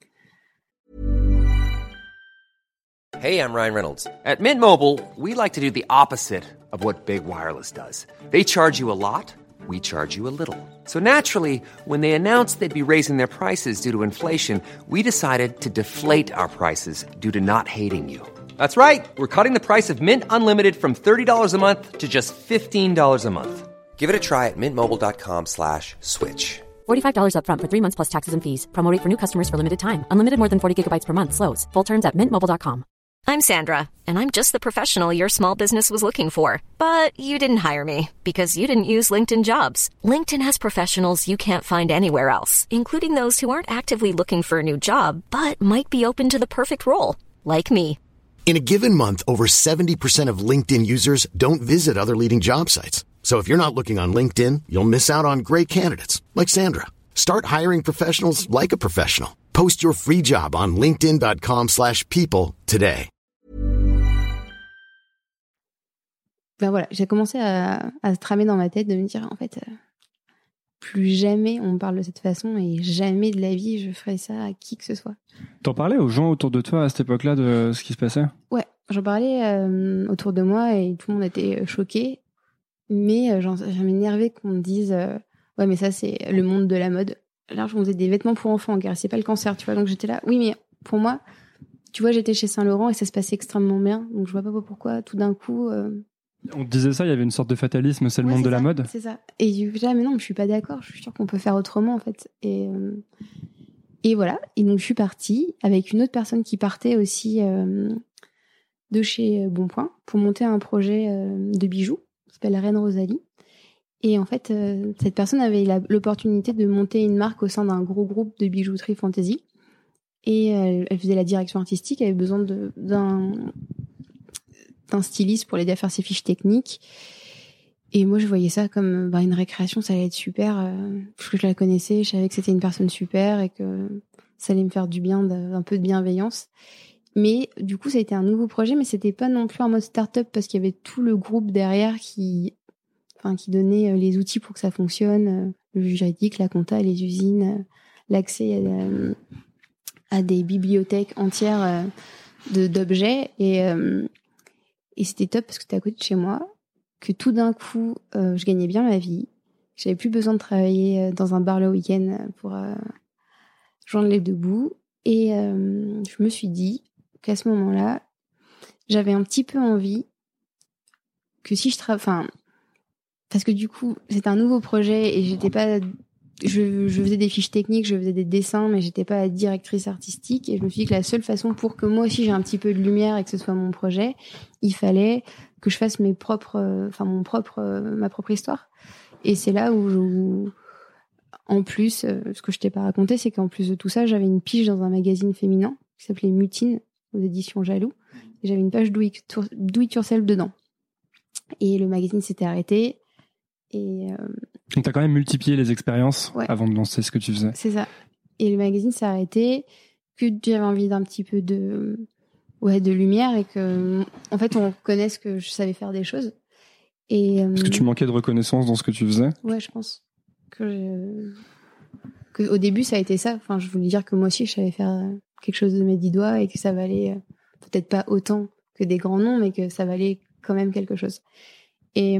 Hey, I'm Ryan Reynolds. At Mint Mobile, we like to do the opposite of what Big Wireless does. They charge you a lot, we charge you a little. So naturally, when they announced they'd be raising their prices due to inflation, we decided to deflate our prices due to not hating you. That's right. We're cutting the price of Mint Unlimited from thirty dollars a month to just fifteen dollars a month. Give it a try at mintmobile.com slash switch. forty-five dollars up front for three months plus taxes and fees. Promo rate for new customers for limited time. Unlimited more than forty gigabytes per month slows. Full terms at mint mobile dot com. I'm Sandra, and I'm just the professional your small business was looking for. But you didn't hire me because you didn't use LinkedIn Jobs. LinkedIn has professionals you can't find anywhere else, including those who aren't actively looking for a new job, but might be open to the perfect role, like me. In a given month, over seventy percent of LinkedIn users don't visit other leading job sites. So if you're not looking on LinkedIn, you'll miss out on great candidates like Sandra. Start hiring professionals like a professional. Post your free job on linkedin.com slash people today. Ben voilà, j'ai commencé à, à tramer dans ma tête de me dire, en fait, euh, plus jamais on me parle de cette façon et jamais de la vie je ferai ça à qui que ce soit. T'en parlais aux gens autour de toi à cette époque-là de ce qui se passait ? Ouais, j'en parlais euh, autour de moi et tout le monde était choqué. Mais euh, genre, ça m'énervait qu'on me dise euh, ouais, mais ça, c'est le monde de la mode. Là, on faisait des vêtements pour enfants, car c'est pas le cancer, tu vois. Donc j'étais là, oui, mais pour moi, tu vois, j'étais chez Saint-Laurent et ça se passait extrêmement bien. Donc je vois pas pourquoi, tout d'un coup. Euh... On te disait ça, il y avait une sorte de fatalisme, c'est le ouais, monde c'est de ça, la mode. C'est ça. Et je disais, ah, mais non, je suis pas d'accord, je suis sûre qu'on peut faire autrement, en fait. Et, euh... et voilà. Et donc je suis partie avec une autre personne qui partait aussi euh, de chez Bonpoint pour monter un projet euh, de bijoux. Qui s'appelle Reine Rosalie. Et en fait, euh, cette personne avait la, l'opportunité de monter une marque au sein d'un gros groupe de bijouterie fantasy. Et euh, elle faisait la direction artistique, elle avait besoin de, d'un, d'un styliste pour l'aider à faire ses fiches techniques. Et moi, je voyais ça comme bah, une récréation, ça allait être super. Euh, parce que je la connaissais, je savais que c'était une personne super et que ça allait me faire du bien, d'un peu de bienveillance. Mais du coup, ça a été un nouveau projet, mais c'était pas non plus en mode start-up parce qu'il y avait tout le groupe derrière qui, enfin, qui donnait les outils pour que ça fonctionne, le juridique, la compta, les usines, l'accès à, à des bibliothèques entières de, d'objets. Et, et c'était top parce que c'était à côté de chez moi, que tout d'un coup, je gagnais bien ma vie. J'avais plus besoin de travailler dans un bar le week-end pour joindre les deux bouts. Et je me suis dit, qu'à ce moment-là, j'avais un petit peu envie que si je travaille, enfin, parce que du coup, c'était un nouveau projet et j'étais pas, je, je faisais des fiches techniques, je faisais des dessins, mais j'étais pas directrice artistique et je me suis dit que la seule façon pour que moi aussi j'ai un petit peu de lumière et que ce soit mon projet, il fallait que je fasse mes propres, enfin, mon propre, ma propre histoire. Et c'est là où je, en plus, ce que je t'ai pas raconté, c'est qu'en plus de tout ça, j'avais une pige dans un magazine féminin qui s'appelait Mutine, aux éditions Jaloux. Et j'avais une page do it, do it yourself dedans. Et le magazine s'était arrêté. Et euh... Donc t'as quand même multiplié les expériences ouais. avant de lancer ce que tu faisais. C'est ça. Et le magazine s'est arrêté, que j'avais envie d'un petit peu de, ouais, de lumière et que, en fait, on reconnaisse que je savais faire des choses. Et, euh... Est-ce que tu manquais de reconnaissance dans ce que tu faisais ? Ouais, je pense. Que, je... que au début, ça a été ça. Enfin, je voulais dire que moi aussi, je savais faire quelque chose de mes dix doigts et que ça valait euh, peut-être pas autant que des grands noms, mais que ça valait quand même quelque chose. Et,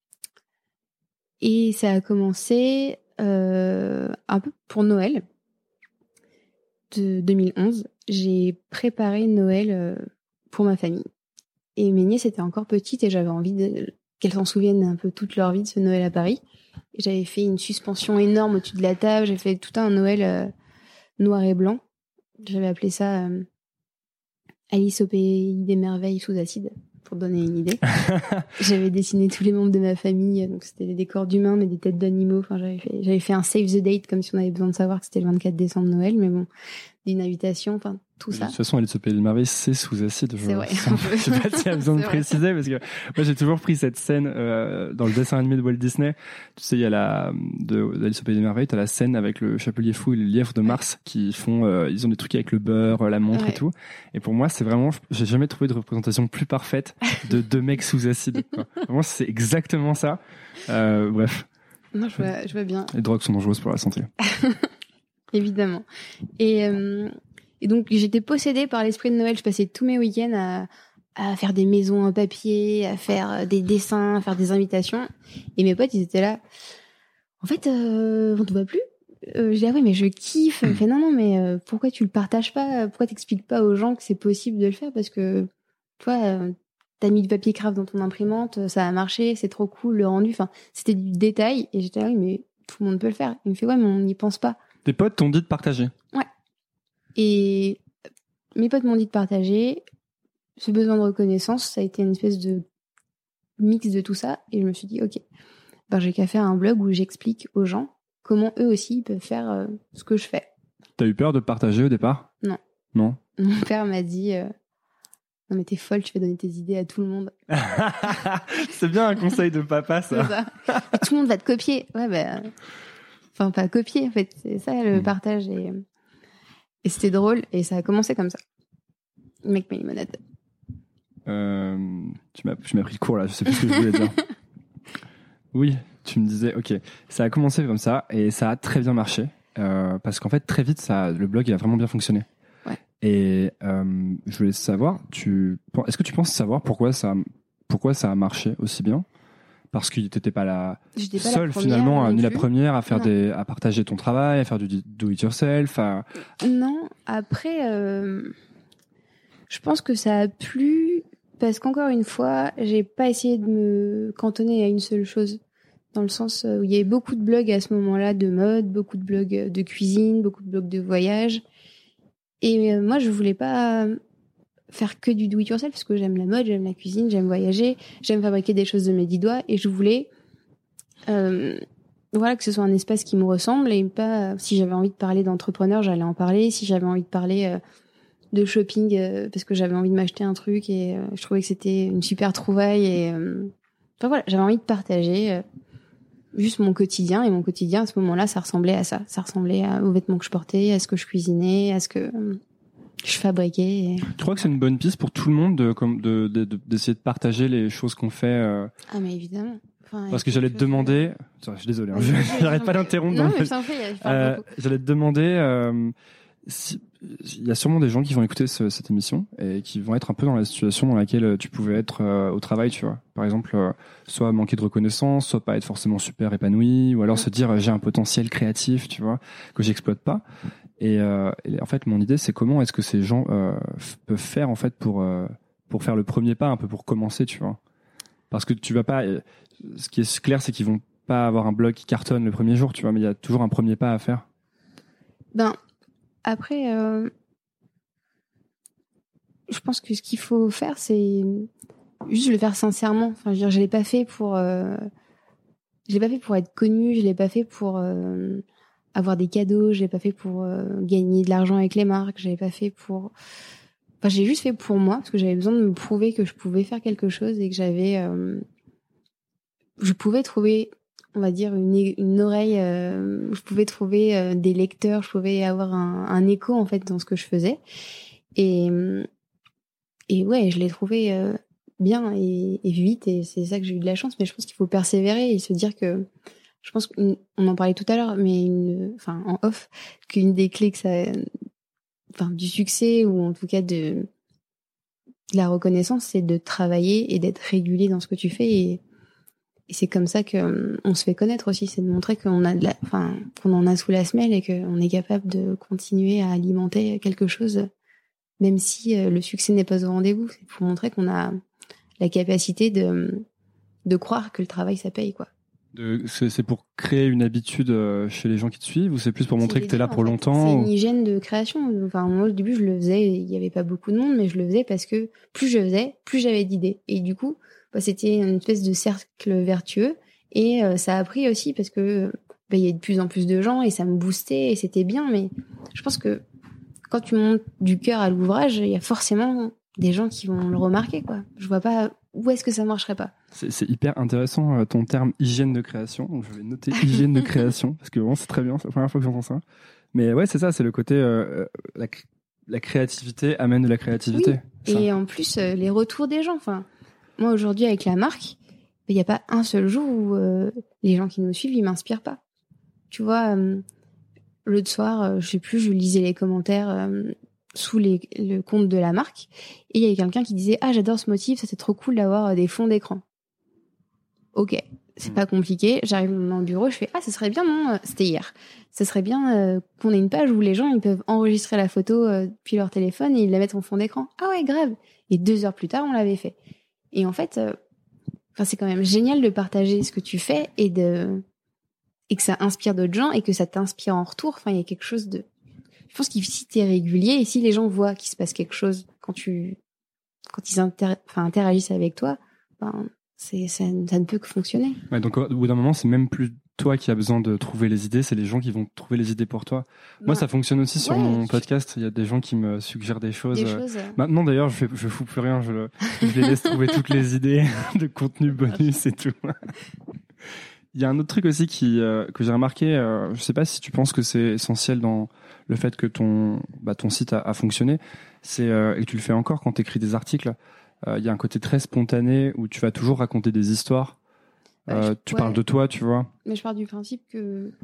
et ça a commencé euh, un peu pour Noël de deux mille onze. J'ai préparé Noël euh, pour ma famille. Et mes nièces étaient encore petites et j'avais envie de, qu'elles s'en souviennent un peu toute leur vie de ce Noël à Paris. Et j'avais fait une suspension énorme au-dessus de la table. J'ai fait tout un Noël euh, noir et blanc. J'avais appelé ça euh, Alice au pays des merveilles sous acide, pour donner une idée. J'avais dessiné tous les membres de ma famille, donc c'était des décors d'humains, mais des têtes d'animaux. Enfin, j'avais fait, j'avais fait un save the date, comme si on avait besoin de savoir que c'était le vingt-quatre décembre Noël, mais bon, une invitation, enfin, tout ça. De toute façon, Alice au pays des merveilles, c'est sous acide. C'est vrai. Je sais pas s'il y a besoin de préciser, parce que moi, j'ai toujours pris cette scène euh, dans le dessin animé de Walt Disney. Tu sais, il y a la de d'Alice au pays des merveilles, t'as la scène avec le chapelier fou et le lièvre de Mars qui font, euh, ils ont des trucs avec le beurre, la montre ouais. et tout. Et pour moi, c'est vraiment, j'ai jamais trouvé de représentation plus parfaite de deux mecs sous acide. Quoi. Vraiment, c'est exactement ça. Euh, bref. Non, je vois, je vois bien. Les drogues sont dangereuses pour la santé. Évidemment. Et, euh, et donc, j'étais possédée par l'esprit de Noël. Je passais tous mes week-ends à, à faire des maisons en papier, à faire des dessins, à faire des invitations. Et mes potes, ils étaient là. En fait, euh, on te voit plus. Euh, je dis, ah oui, mais je kiffe. Il me fait, non, non, mais euh, pourquoi tu le partages pas? Pourquoi t'expliques pas aux gens que c'est possible de le faire? Parce que, toi, euh, t'as mis du papier craft dans ton imprimante, ça a marché, c'est trop cool, le rendu. Enfin, c'était du détail. Et j'étais là, oui, mais tout le monde peut le faire. Il me fait, ouais, mais on n'y pense pas. Tes potes t'ont dit de partager. Ouais. Et mes potes m'ont dit de partager. Ce besoin de reconnaissance, ça a été une espèce de mix de tout ça. Et je me suis dit, ok, ben, j'ai qu'à faire un blog où j'explique aux gens comment eux aussi ils peuvent faire euh, ce que je fais. T'as eu peur de partager au départ? Non. Non. Mon père m'a dit, euh, Non mais t'es folle, tu vas donner tes idées à tout le monde. C'est bien un conseil de papa, ça. C'est ça. Tout le monde va te copier. Ouais, bah... Enfin, pas copier, en fait. C'est ça, le mmh. partage. Et... et c'était drôle. Et ça a commencé comme ça. Make My Limonade. Euh, tu m'as, tu m'as pris le cours, là. Je sais plus ce que je voulais dire. Oui, tu me disais, ok. Ça a commencé comme ça. Et ça a très bien marché. Euh, parce qu'en fait, très vite, ça, le blog, il a vraiment bien fonctionné. Ouais. Et euh, je voulais savoir, tu, est-ce que tu penses savoir pourquoi ça, pourquoi ça a marché aussi bien? Parce que t'étais pas la J'étais pas seule la finalement, ni la première à faire non. des, à partager ton travail, à faire du do it yourself. À... Non, après, euh, je pense que ça a plu parce qu'encore une fois, j'ai pas essayé de me cantonner à une seule chose. Dans le sens où il y avait beaucoup de blogs à ce moment-là de mode, beaucoup de blogs de cuisine, beaucoup de blogs de voyage. Et moi, je voulais pas faire que du do-it-yourself parce que j'aime la mode, j'aime la cuisine, j'aime voyager, j'aime fabriquer des choses de mes dix doigts et je voulais euh, voilà, que ce soit un espace qui me ressemble et pas, si j'avais envie de parler d'entrepreneur, j'allais en parler, si j'avais envie de parler euh, de shopping euh, parce que j'avais envie de m'acheter un truc et euh, je trouvais que c'était une super trouvaille et euh, enfin voilà, j'avais envie de partager euh, juste mon quotidien et mon quotidien à ce moment-là, ça ressemblait à ça, ça ressemblait à, aux vêtements que je portais, à ce que je cuisinais, à ce que euh, je fabriquais. Et... Tu crois que c'est une bonne piste pour tout le monde de, comme, de, de, de, d'essayer de partager les choses qu'on fait euh... Ah mais évidemment. Enfin, parce que j'allais te demander, que... je suis désolé, hein, j'arrête pas d'interrompre. Non, dans mais le... je t'en prie, euh, j'allais te demander, euh, si... il y a sûrement des gens qui vont écouter ce, cette émission et qui vont être un peu dans la situation dans laquelle tu pouvais être euh, au travail, tu vois. Par exemple, euh, soit manquer de reconnaissance, soit pas être forcément super épanoui, ou alors se dire j'ai un potentiel créatif, tu vois, que j'exploite pas. Et, euh, et en fait, mon idée, c'est comment est-ce que ces gens euh, f- peuvent faire en fait pour euh, pour faire le premier pas, un peu pour commencer, tu vois. Parce que tu vas pas. Euh, ce qui est clair, c'est qu'ils vont pas avoir un blog qui cartonne le premier jour, tu vois, mais il y a toujours un premier pas à faire. Ben après, euh, je pense que ce qu'il faut faire, c'est juste le faire sincèrement. Enfin, je veux dire, je l'ai pas fait pour, euh, je l'ai pas fait pour être connue, je l'ai pas fait pour euh, avoir des cadeaux, je l'ai pas fait pour euh, gagner de l'argent avec les marques, je l'ai pas fait pour. Enfin, j'ai juste fait pour moi parce que j'avais besoin de me prouver que je pouvais faire quelque chose et que j'avais, euh, je pouvais trouver, on va dire, une, une oreille, euh, je pouvais trouver euh, des lecteurs, je pouvais avoir un, un écho en fait dans ce que je faisais. Et, et ouais, je l'ai trouvé euh, bien et, et vite et c'est ça que j'ai eu de la chance. Mais je pense qu'il faut persévérer et se dire que, je pense qu'on en parlait tout à l'heure, mais une, enfin en off, qu'une des clés que ça, enfin du succès ou en tout cas de, de la reconnaissance, c'est de travailler et d'être régulier dans ce que tu fais et Et c'est comme ça qu'on on se fait connaître aussi, c'est de montrer qu'on a de la, enfin, qu'on en a sous la semelle et qu'on est capable de continuer à alimenter quelque chose, même si le succès n'est pas au rendez-vous. C'est pour montrer qu'on a la capacité de, de croire que le travail, ça paye, quoi. De, c'est, c'est pour créer une habitude chez les gens qui te suivent ou c'est plus pour montrer c'est que t'es là deux, pour en fait. longtemps? C'est ou... une hygiène de création. Enfin, moi, au début, je le faisais, il y avait pas beaucoup de monde, mais je le faisais parce que plus je faisais, plus j'avais d'idées. Et du coup, bah, c'était une espèce de cercle vertueux. Et euh, ça a pris aussi parce que bah, y a de plus en plus de gens et ça me boostait et c'était bien. Mais je pense que quand tu montes du cœur à l'ouvrage, il y a forcément des gens qui vont le remarquer, quoi. Je vois pas où est-ce que ça marcherait pas. C'est, c'est hyper intéressant euh, ton terme hygiène de création. Donc je vais noter hygiène de création parce que vraiment c'est très bien. C'est la première fois que j'entends ça. Mais ouais, c'est ça, c'est le côté euh, la, la créativité amène de la créativité. Oui. Et en plus euh, les retours des gens. Enfin, moi aujourd'hui avec la marque, il n'y a pas un seul jour où euh, les gens qui nous suivent ils m'inspirent pas. Tu vois, euh, l'autre soir, euh, je sais plus, je lisais les commentaires. Euh, sous les, le compte de la marque et il y avait quelqu'un qui disait ah j'adore ce motif, ça c'est trop cool d'avoir des fonds d'écran. Ok, c'est mmh. pas compliqué, j'arrive dans le bureau, je fais ah ça serait bien non, c'était hier, ça serait bien euh, qu'on ait une page où les gens ils peuvent enregistrer la photo euh, depuis leur téléphone et ils la mettent en fond d'écran. Ah ouais grave. Et deux heures plus tard on l'avait fait. Et en fait, euh, enfin c'est quand même génial de partager ce que tu fais et de et que ça inspire d'autres gens et que ça t'inspire en retour. Enfin il y a quelque chose de Je pense que si t'es régulier et si les gens voient qu'il se passe quelque chose quand tu, quand ils inter... enfin, interagissent avec toi, ben, c'est, ça, ça ne peut que fonctionner. Ouais, donc au bout d'un moment, c'est même plus toi qui as besoin de trouver les idées, c'est les gens qui vont trouver les idées pour toi. Non. Moi, ça fonctionne aussi sur Ouais, mon je- podcast. Il y a des gens qui me suggèrent des choses. Des Euh, choses. euh, Maintenant, d'ailleurs, je fais, je fous plus rien. Je, je les laisse trouver toutes les idées de contenu bonus et tout. Il y a un autre truc aussi qui euh, que j'ai remarqué. Euh, je sais pas si tu penses que c'est essentiel dans le fait que ton bah, ton site a, a fonctionné. C'est euh, et que tu le fais encore quand tu écris des articles. Euh, Il y a un côté très spontané où tu vas toujours raconter des histoires. Bah, Euh, je- tu ouais. parles de toi, tu vois. Mais je pars du principe que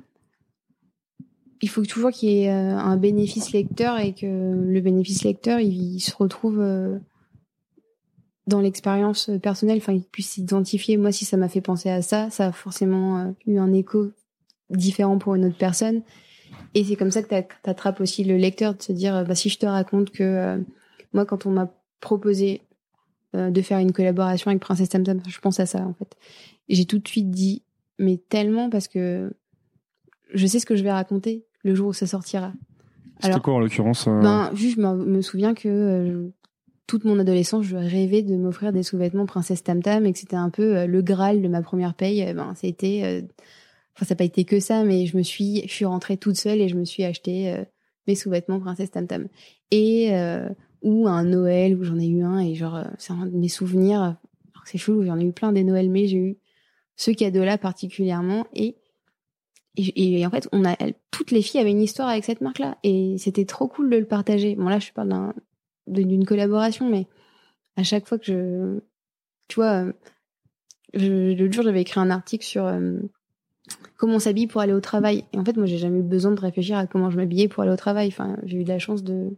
il faut toujours qu'il y ait euh, un bénéfice lecteur et que le bénéfice lecteur, il, il se retrouve euh, dans l'expérience personnelle, enfin, il puisse s'identifier. Moi, si ça m'a fait penser à ça, ça a forcément euh, eu un écho différent pour une autre personne. Et c'est comme ça que t'a- t'attrapes aussi le lecteur, de se dire, euh, bah, si je te raconte que euh, moi, quand on m'a proposé euh, de faire une collaboration avec Princesse Tam Tam, je pense à ça, en fait. Et j'ai tout de suite dit, mais tellement, parce que je sais ce que je vais raconter le jour où ça sortira. C'était quoi en l'occurrence euh... Ben, juste, je me me souviens que euh, toute mon adolescence, je rêvais de m'offrir des sous-vêtements Princesse Tam Tam et que c'était un peu euh, le Graal de ma première paye. Euh, Ben, c'était, euh, enfin, ça n'a pas été que ça, mais je me suis, je suis rentrée toute seule et je me suis acheté euh, mes sous-vêtements Princesse Tam Tam. Et euh, ou un Noël où j'en ai eu un et genre, euh, c'est un de mes souvenirs. Alors que c'est chelou, j'en ai eu plein des Noëls, mais j'ai eu ce cadeau-là particulièrement et Et, et en fait, on a, toutes les filles avaient une histoire avec cette marque-là. Et c'était trop cool de le partager. Bon, là, je parle d'un, d'une collaboration, mais à chaque fois que je... Tu vois, je, l'autre jour, j'avais écrit un article sur euh, comment on s'habille pour aller au travail. Et en fait, moi, j'ai jamais eu besoin de réfléchir à comment je m'habillais pour aller au travail. Enfin, j'ai eu de la chance de...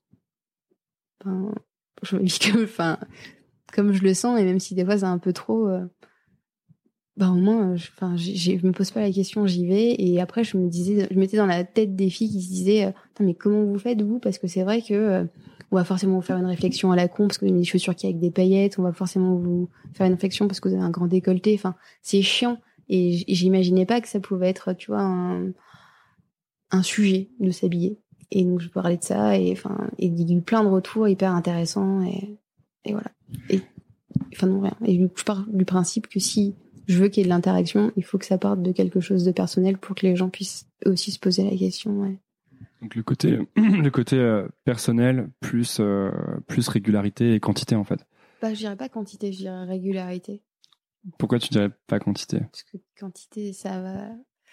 Enfin, je m'habille comme, enfin, comme je le sens. Et même si des fois, c'est un peu trop... Euh, bah au moins je enfin je, je me pose pas la question, j'y vais. Et après je me disais, je mettais dans la tête des filles qui se disaient euh, mais comment vous faites vous, parce que c'est vrai que euh, on va forcément vous faire une réflexion à la con parce que vous avez des chaussures qui avec des paillettes, on va forcément vous faire une réflexion parce que vous avez un grand décolleté, enfin c'est chiant. Et j'imaginais pas que ça pouvait être, tu vois, un, un sujet de s'habiller. Et donc je parlais de ça et enfin et il y a eu plein de retours hyper intéressants et et voilà. Et enfin non rien. Et je pars du principe que si je veux qu'il y ait de l'interaction, il faut que ça parte de quelque chose de personnel pour que les gens puissent aussi se poser la question. Ouais. Donc le côté, le côté euh, personnel plus, euh, plus régularité et quantité en fait. Bah, je dirais pas quantité, je dirais régularité. Pourquoi tu dirais pas quantité ? Parce que quantité, ça va...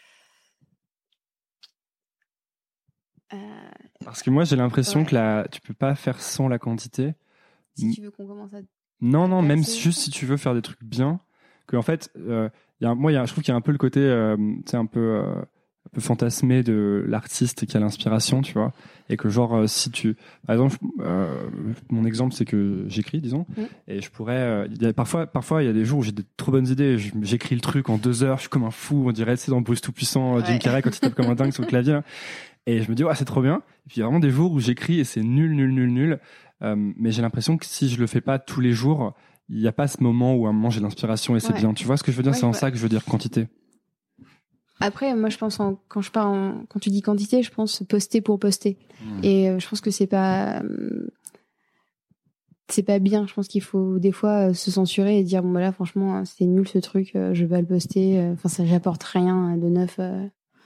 Euh... Parce que moi j'ai l'impression Ouais. que la, tu peux pas faire sans la quantité. Si tu veux qu'on commence à... Non, non, même Percer. juste si tu veux faire des trucs bien, que en fait, euh, y a, moi, y a, je trouve qu'il y a un peu le côté, euh, tu sais, un peu, euh, un peu fantasmé de l'artiste qui a l'inspiration, tu vois, et que genre, euh, si tu, par exemple, euh, mon exemple, c'est que j'écris, disons, Mm. et je pourrais, euh, y a, parfois, parfois, il y a des jours où j'ai des trop bonnes idées, je- j'écris le truc en deux heures, je suis comme un fou, on dirait, c'est dans Bruce Tout-Puissant, euh, Jim Ouais. Carrey quand il tape comme un dingue sur le clavier, là. Et je me dis, ouais, c'est trop bien. Et puis il y a vraiment des jours où j'écris et c'est nul, nul, nul, nul. Euh, mais j'ai l'impression que si je le fais pas tous les jours, il n'y a pas ce moment où à un moment j'ai l'inspiration et c'est Ouais. bien. Tu vois ce que je veux dire ? Ouais, C'est en je ça que je veux dire quantité. Après, moi, je pense, en, quand je parle en, quand tu dis quantité, je pense poster pour poster. Mmh. Et euh, je pense que c'est pas, euh, c'est pas bien. Je pense qu'il faut des fois euh, se censurer et dire bon bah là, franchement, c'était nul ce truc, euh, je vais pas le poster. Enfin, ça j'apporte rien de neuf. Euh,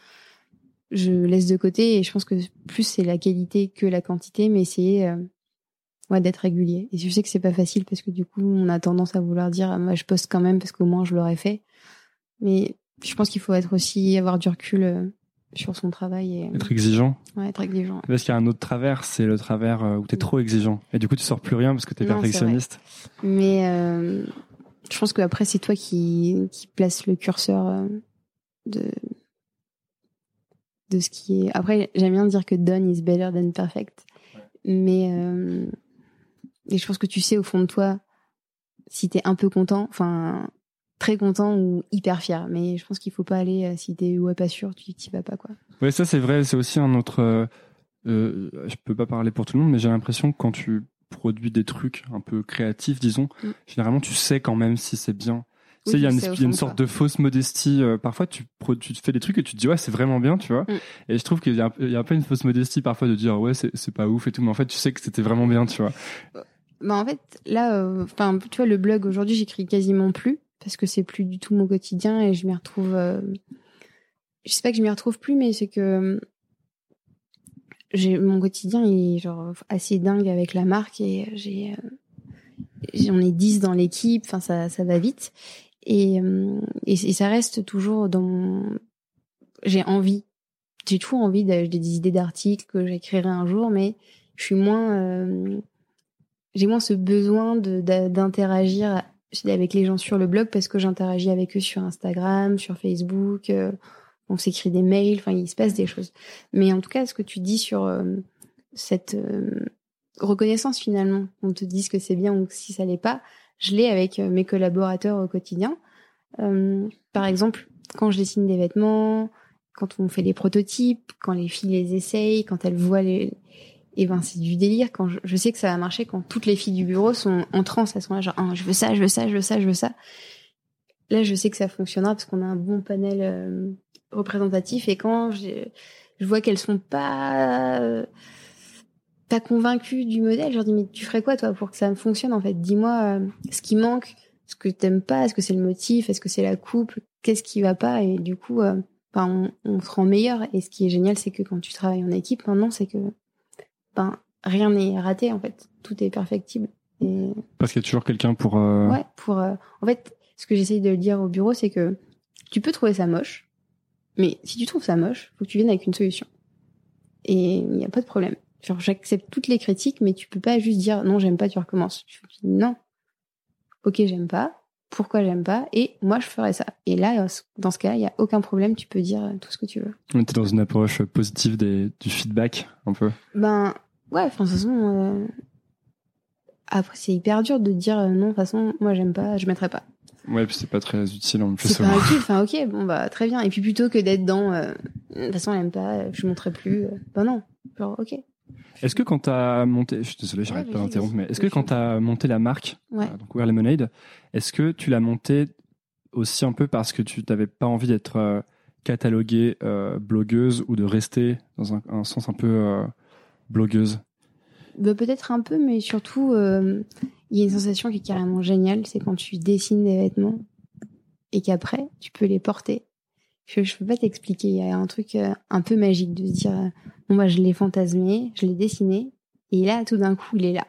je laisse de côté. Et je pense que plus c'est la qualité que la quantité, mais essayer, euh, ouais, d'être régulier. Et je sais que c'est pas facile parce que du coup, on a tendance à vouloir dire ah, moi je poste quand même parce qu'au moins je l'aurais fait. Mais je pense qu'il faut être aussi avoir du recul euh, sur son travail et Être exigeant. ouais, être exigeant. Parce qu'il y a un autre travers, c'est le travers euh, où t'es trop exigeant. Et du coup, tu sors plus rien parce que t'es Non, perfectionniste. Mais euh, je pense qu'après, c'est toi qui, qui place le curseur euh, de, de ce qui est... Après, j'aime bien dire que done is better than perfect. Ouais. Mais euh, et je pense que tu sais au fond de toi si t'es un peu content, enfin très content ou hyper fier. Mais je pense qu'il faut pas aller, euh, si t'es ouais, pas sûr, tu t'y vas pas, quoi. Ouais, ça c'est vrai, c'est aussi un autre... Euh, euh, je peux pas parler pour tout le monde, mais j'ai l'impression que quand tu produis des trucs un peu créatifs, disons, mm. généralement tu sais quand même si c'est bien. Tu sais, il y a une, y a une sorte de fausse modestie. Euh, parfois, tu, tu fais des trucs et tu te dis, ouais, c'est vraiment bien, tu vois. Mm. Et je trouve qu'il y a, il y a un peu une fausse modestie parfois de dire, ouais, c'est, c'est pas ouf et tout, mais en fait, tu sais que c'était vraiment bien, tu vois. Bah, en fait, là, enfin, euh, tu vois, le blog, aujourd'hui, j'écris quasiment plus parce que c'est plus du tout mon quotidien et je m'y retrouve, euh, je sais pas que je m'y retrouve plus, mais c'est que j'ai mon quotidien il est genre assez dingue avec la marque et j'ai, j'ai on est dix dans l'équipe, enfin ça ça va vite et, et et ça reste toujours dans mon... j'ai envie j'ai toujours envie de, j'ai des idées d'articles que j'écrirai un jour, mais je suis moins euh, j'ai moins ce besoin de, de d'interagir avec les gens sur le blog parce que j'interagis avec eux sur Instagram, sur Facebook, euh, on s'écrit des mails, enfin il se passe des choses. Mais en tout cas, ce que tu dis sur euh, cette euh, reconnaissance finalement, on te dise que c'est bien ou si ça l'est pas, je l'ai avec euh, mes collaborateurs au quotidien. Euh, par exemple, quand je dessine des vêtements, quand on fait des prototypes, quand les filles les essayent, quand elles voient les... Et ben c'est du délire quand je, je sais que ça va marcher quand toutes les filles du bureau sont en transe, elles sont là genre ah, je veux ça, je veux ça, je veux ça, je veux ça. Là je sais que ça fonctionnera parce qu'on a un bon panel euh, représentatif et quand je, je vois qu'elles sont pas euh, pas convaincues du modèle, je leur dis mais tu ferais quoi toi pour que ça fonctionne en fait, dis-moi euh, ce qui manque, ce que t'aimes pas, est-ce que c'est le motif, est-ce que c'est la coupe, qu'est-ce qui va pas et du coup euh, ben, on, on se rend meilleur et ce qui est génial c'est que quand tu travailles en équipe maintenant c'est que ben, rien n'est raté, en fait. Tout est perfectible. Et... Parce qu'il y a toujours quelqu'un pour... Euh... Ouais, pour... Euh... En fait, ce que j'essaye de dire au bureau, c'est que tu peux trouver ça moche, mais si tu trouves ça moche, faut que tu viennes avec une solution. Et il n'y a pas de problème. Genre, j'accepte toutes les critiques, mais tu peux pas juste dire « Non, j'aime pas, tu recommences ». Tu dis « Non. Ok, j'aime pas. Pourquoi j'aime pas ? Et moi, je ferais ça. » Et là, dans ce cas, il n'y a aucun problème. Tu peux dire tout ce que tu veux. On était dans une approche positive des, du feedback, un peu. Ben... Ouais, enfin, de toute façon, euh... après, c'est hyper dur de dire euh, non, de toute façon, moi, j'aime pas, je mettrai pas. Ouais, puis c'est pas très utile en plus. C'est pas utile, enfin, ok, bon, bah, très bien. Et puis, plutôt que d'être dans, euh, de toute façon, elle aime pas, je montrerai plus, euh, bah non, genre, ok. Est-ce que quand t'as monté, je suis désolé, j'arrête ouais, pas d'interrompre, mais est-ce que quand t'as monté la marque, ouais. euh, donc Wear Lemonade, est-ce que tu l'as montée aussi un peu parce que tu t'avais pas envie d'être euh, cataloguée euh, blogueuse ou de rester dans un, un sens un peu euh, blogueuse? Bah, peut-être un peu, mais surtout, il euh, y a une sensation qui est carrément géniale, c'est quand tu dessines des vêtements et qu'après, tu peux les porter. Je, je peux pas t'expliquer, il y a un truc euh, un peu magique de se dire, euh, bon, bah, je l'ai fantasmé, je l'ai dessiné, et là, tout d'un coup, il est là.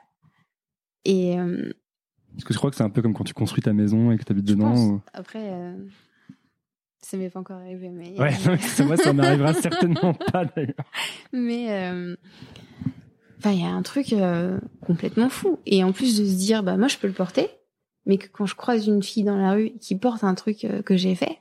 Et... Euh, Est-ce que tu crois que c'est un peu comme quand tu construis ta maison et que tu habites dedans pense. Ou... Après... Euh... Ça m'est pas encore arrivé, mais... Ouais, moi, ça m'arrivera certainement pas, d'ailleurs. Mais... Euh... Enfin, il y a un truc euh, complètement fou. Et en plus de se dire, bah moi, je peux le porter, mais que quand je croise une fille dans la rue qui porte un truc euh, que j'ai fait,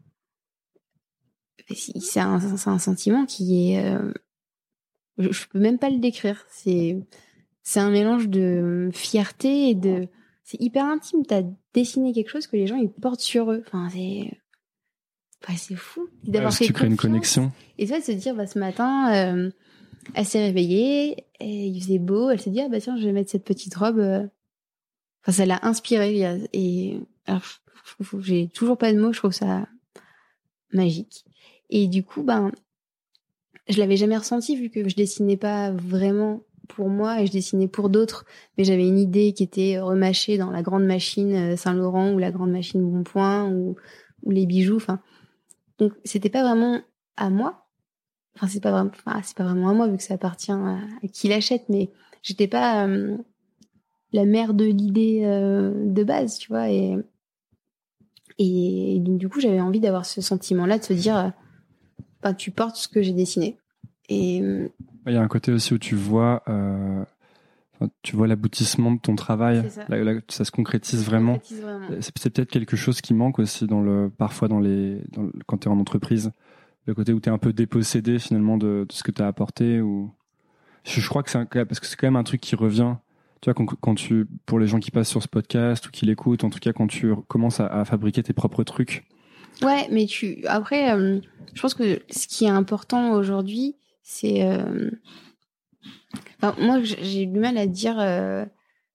c'est un, c'est un sentiment qui est... Euh, je, je peux même pas le décrire. C'est, c'est un mélange de fierté et de... C'est hyper intime. T'as dessiné quelque chose que les gens, ils portent sur eux. Enfin, c'est... Enfin, c'est fou. D'avoir ouais, fait tu crées une connexion. Et toi, de se dire, bah, ce matin... Euh, elle s'est réveillée, et il faisait beau, elle s'est dit, ah bah tiens, je vais mettre cette petite robe. Enfin, ça l'a inspirée. Et alors, j'ai toujours pas de mots, je trouve ça magique. Et du coup, ben, je l'avais jamais ressenti vu que je dessinais pas vraiment pour moi et je dessinais pour d'autres. Mais j'avais une idée qui était remâchée dans la grande machine Saint-Laurent ou la grande machine Bonpoint ou, ou les bijoux. Enfin, donc, c'était pas vraiment à moi. Enfin, c'est pas vraiment, enfin, c'est pas vraiment à moi vu que ça appartient à, à qui l'achète, mais j'étais pas euh, la mère de l'idée euh, de base, tu vois. Et, et donc, du coup, j'avais envie d'avoir ce sentiment-là, de se dire, bah, tu portes ce que j'ai dessiné. Et il y a un côté aussi où tu vois, euh, tu vois l'aboutissement de ton travail. Ça. Là, là, ça se concrétise vraiment. concrétise vraiment. C'est, c'est peut-être quelque chose qui manque aussi dans le, parfois dans les, dans le, quand tu es en entreprise. Le côté où tu es un peu dépossédé finalement de, de ce que tu as apporté. Ou... Je, je crois que c'est un, parce que c'est quand même un truc qui revient. Tu vois, quand, quand tu, pour les gens qui passent sur ce podcast ou qui l'écoutent, en tout cas quand tu commences à, à fabriquer tes propres trucs. Ouais, mais tu après, euh, je pense que ce qui est important aujourd'hui, c'est... Euh... Enfin, moi, j'ai du mal à dire... Euh...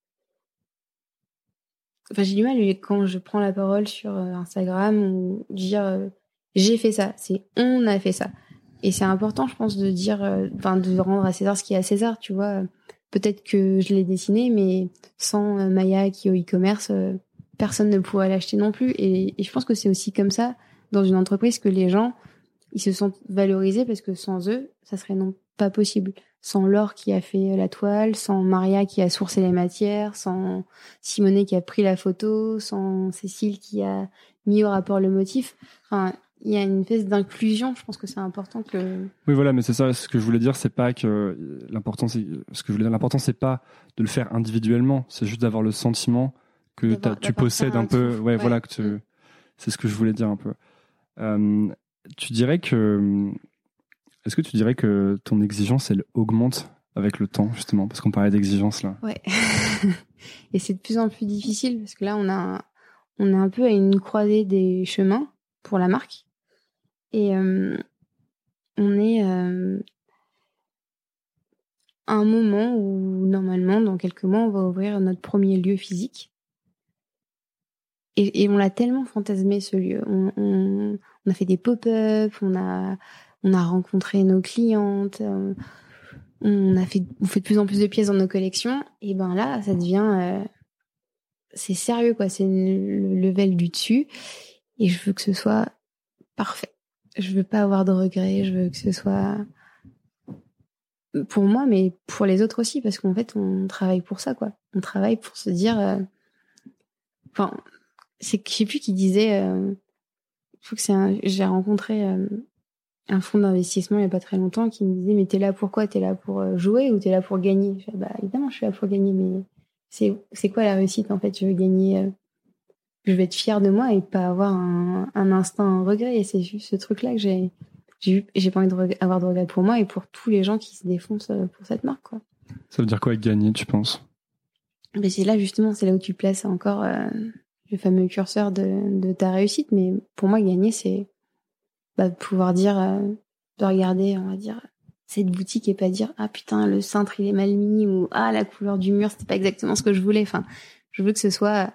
Enfin, j'ai du mal quand je prends la parole sur Instagram ou dire... Euh... J'ai fait ça, c'est on a fait ça. Et c'est important, je pense, de dire, enfin, euh, de rendre à César ce qui est à César, tu vois. Peut-être que je l'ai dessiné, mais sans euh, Maya qui est au e-commerce, euh, personne ne pourrait l'acheter non plus. Et, et je pense que c'est aussi comme ça dans une entreprise que les gens ils se sentent valorisés parce que sans eux, ça serait non pas possible. Sans Laure qui a fait la toile, sans Maria qui a sourcé les matières, sans Simonet qui a pris la photo, sans Cécile qui a mis au rapport le motif. Enfin, il y a une espèce d'inclusion. Je pense que c'est important que. Oui, voilà, mais c'est ça. Ce que je voulais dire, c'est pas que l'important, c'est ce que je voulais dire. L'important, c'est pas de le faire individuellement. C'est juste d'avoir le sentiment que t'as, tu possèdes un, un peu. Ouais, ouais, voilà, que tu. Mm. C'est ce que je voulais dire un peu. Euh, tu dirais que. Est-ce que tu dirais que ton exigence, elle augmente avec le temps, justement, parce qu'on parlait d'exigence là. Ouais. Et c'est de plus en plus difficile parce que là, on a, on est un peu à une croisée des chemins pour la marque. Et euh, on est euh, à un moment où, normalement, dans quelques mois, on va ouvrir notre premier lieu physique. Et, et on l'a tellement fantasmé, ce lieu. On, on, on a fait des pop-up, on a, on a rencontré nos clientes, euh, on a fait, on fait de plus en plus de pièces dans nos collections. Et ben là, ça devient... Euh, c'est sérieux, quoi. C'est le level du dessus. Et je veux que ce soit parfait. Je veux pas avoir de regrets, je veux que ce soit pour moi, mais pour les autres aussi, parce qu'en fait, on travaille pour ça, quoi. On travaille pour se dire... Euh... Enfin, c'est que je sais plus qui disait... Euh... Je trouve que c'est un... J'ai rencontré euh, un fonds d'investissement il y a pas très longtemps qui me disait « Mais t'es là pour quoi ? T'es là pour jouer ou t'es là pour gagner ?» Je dis, bah évidemment, je suis là pour gagner, mais c'est, c'est quoi la réussite, en fait ? Je veux gagner... Euh... Je vais être fière de moi et pas avoir un, un instinct, un regret. Et c'est juste ce truc-là que j'ai, j'ai, eu, j'ai pas envie d'avoir de regret pour moi et pour tous les gens qui se défoncent pour cette marque, quoi. Ça veut dire quoi gagner, tu penses ? Mais c'est là, justement, c'est là où tu places encore euh, le fameux curseur de, de ta réussite. Mais pour moi, gagner, c'est bah, pouvoir dire, euh, de regarder, on va dire, cette boutique et pas dire « Ah putain, le cintre, il est mal mis » ou « Ah, la couleur du mur, c'était pas exactement ce que je voulais. » Enfin, je veux que ce soit...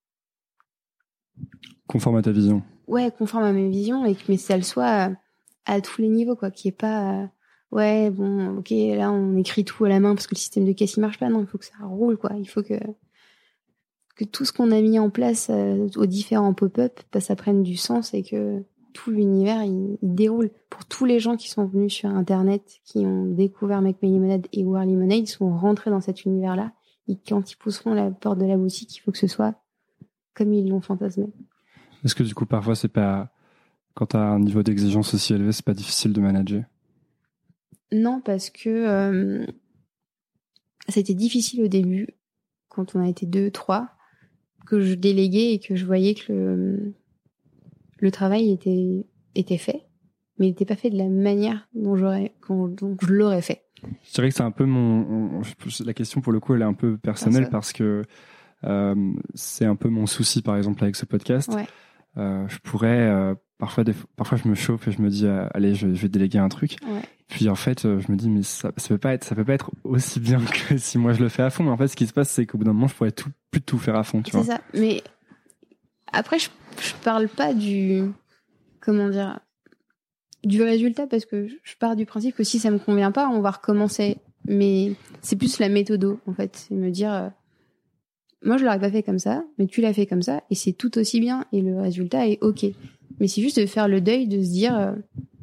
Conforme à ta vision. Ouais, conforme à mes visions, et que mais ça le soit à, à tous les niveaux, quoi. Qu'il n'y ait pas, euh, ouais, bon, ok, là on écrit tout à la main parce que le système de caisse il marche pas. Non, il faut que ça roule, quoi. Il faut que que tout ce qu'on a mis en place euh, aux différents pop-up, bah, ça prenne du sens et que tout l'univers il, il déroule. Pour tous les gens qui sont venus sur Internet, qui ont découvert Make My Lemonade et Wear Lemonade, ils sont rentrés dans cet univers-là. Et quand ils pousseront la porte de la boutique, il faut que ce soit comme ils l'ont fantasmé. Est-ce que du coup, parfois, c'est pas, quand t'as un niveau d'exigence aussi élevé, c'est pas difficile de manager ? Non, parce que euh, c'était difficile au début, quand on a été deux, trois, que je déléguais et que je voyais que le, le travail était, était fait, mais il n'était pas fait de la manière dont, j'aurais, dont je l'aurais fait. Je dirais que c'est un peu mon... La question, pour le coup, elle est un peu personnelle parce que euh, c'est un peu mon souci, par exemple, avec ce podcast. Ouais. Euh, je pourrais euh, parfois des, parfois je me chauffe et je me dis euh, allez je, je vais déléguer un truc, ouais. Puis en fait euh, je me dis mais ça ça peut pas être ça peut pas être aussi bien que si moi je le fais à fond. Mais en fait ce qui se passe c'est qu'au bout d'un moment je pourrais tout plus tout faire à fond, tu c'est vois. C'est ça, mais après je je parle pas du comment dire du résultat, parce que je pars du principe que si ça me convient pas on va recommencer, mais c'est plus la méthode, en fait, c'est me dire euh, moi, je l'aurais pas fait comme ça, mais tu l'as fait comme ça, et c'est tout aussi bien, et le résultat est ok. Mais c'est juste de faire le deuil, de se dire, euh,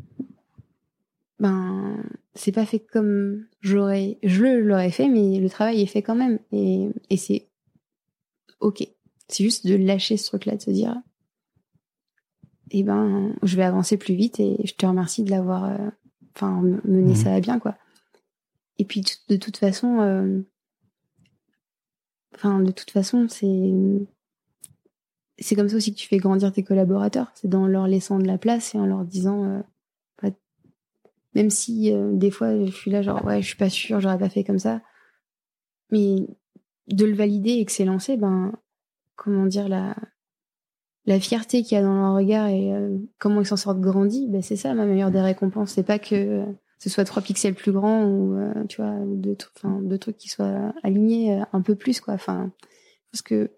ben, c'est pas fait comme j'aurais, je l'aurais fait, mais le travail est fait quand même, et, et c'est ok. C'est juste de lâcher ce truc-là, de se dire, eh ben, je vais avancer plus vite, et je te remercie de l'avoir, enfin, euh, mené mmh. ça à bien, quoi. Et puis, de toute façon, euh, Enfin, de toute façon, c'est c'est comme ça aussi que tu fais grandir tes collaborateurs. C'est dans leur laissant de la place et en leur disant, euh, bah, même si euh, des fois je suis là genre ouais, je suis pas sûre, j'aurais pas fait comme ça, mais de le valider et que c'est lancé, ben comment dire la la fierté qu'il y a dans leur regard et euh, comment ils s'en sortent grandis, ben c'est ça ma meilleure des récompenses. C'est pas que euh, ce soit trois pixels plus grand ou euh, tu vois deux enfin deux trucs qui soient alignés euh, un peu plus, quoi, enfin parce que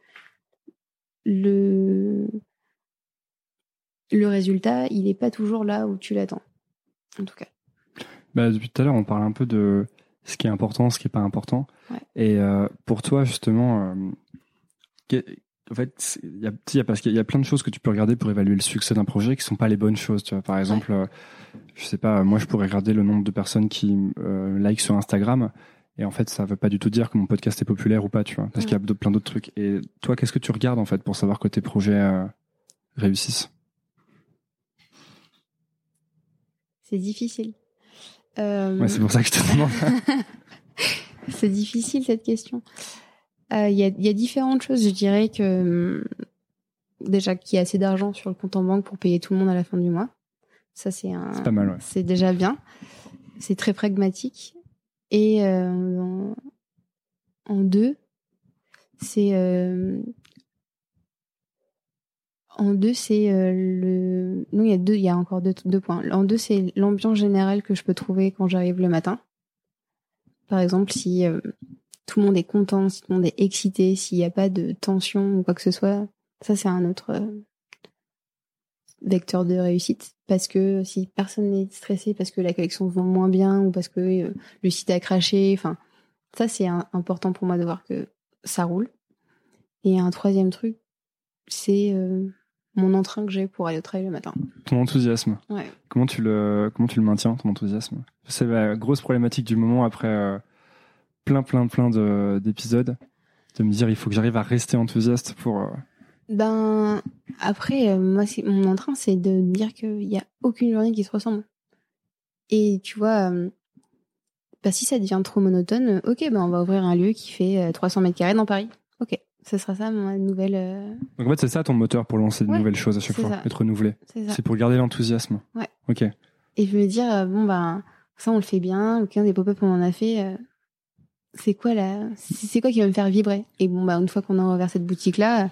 le le résultat il est pas toujours là où tu l'attends, en tout cas. Bah depuis tout à l'heure on parle un peu de ce qui est important, ce qui est pas important, ouais. Et euh, pour toi justement euh, en fait, il y a, il y a parce qu'il y a plein de choses que tu peux regarder pour évaluer le succès d'un projet qui sont pas les bonnes choses. Tu vois, par exemple, ouais. euh, je sais pas, moi je pourrais regarder le nombre de personnes qui euh, like sur Instagram, et en fait, ça veut pas du tout dire que mon podcast est populaire ou pas, tu vois, parce ouais. qu'il y a d'autres, plein d'autres trucs. Et toi, qu'est-ce que tu regardes en fait pour savoir que tes projets euh, réussissent? C'est difficile. Euh... Ouais, c'est pour ça que je te demande. C'est difficile cette question. Il euh, y, a, y a différentes choses. Je dirais que déjà qu'il y a assez d'argent sur le compte en banque pour payer tout le monde à la fin du mois. Ça c'est un. C'est pas mal. Ouais. C'est déjà bien. C'est très pragmatique. Et euh, en, en deux, c'est euh, en deux c'est euh, le. Non, il y a deux. Il y a encore deux, deux points. En deux, c'est l'ambiance générale que je peux trouver quand j'arrive le matin. Par exemple, si euh, tout le monde est content, si tout le monde est excité, s'il n'y a pas de tension ou quoi que ce soit, ça c'est un autre euh, vecteur de réussite. Parce que si personne n'est stressé parce que la collection vend moins bien ou parce que euh, le site a craché, enfin, ça c'est un, important pour moi de voir que ça roule. Et un troisième truc, c'est euh, mon entrain que j'ai pour aller au travail le matin. Ton enthousiasme. Ouais. Comment tu le, comment tu le maintiens, ton enthousiasme? C'est la grosse problématique du moment après euh, plein, plein, plein de, d'épisodes, de me dire il faut que j'arrive à rester enthousiaste pour. Euh... Ben après, euh, moi, c'est, mon entrain, c'est de me dire qu'il y a aucune journée qui se ressemble. Et tu vois, euh, bah, si ça devient trop monotone, ok, ben on va ouvrir un lieu qui fait euh, trois cents mètres carrés dans Paris. Ok. Ce sera ça, ma nouvelle... Euh... Donc en fait, c'est ça ton moteur pour lancer de ouais, nouvelles choses à chaque fois, ça. être renouvelé. C'est ça. C'est pour garder l'enthousiasme. Ouais. Ok. Et je me dire, euh, bon, ben, ça, on le fait bien. Ok, des pop-up, on en a fait. Euh, c'est quoi, là c'est quoi qui va me faire vibrer? Et bon, bah, une fois qu'on a ouvert cette boutique-là, euh,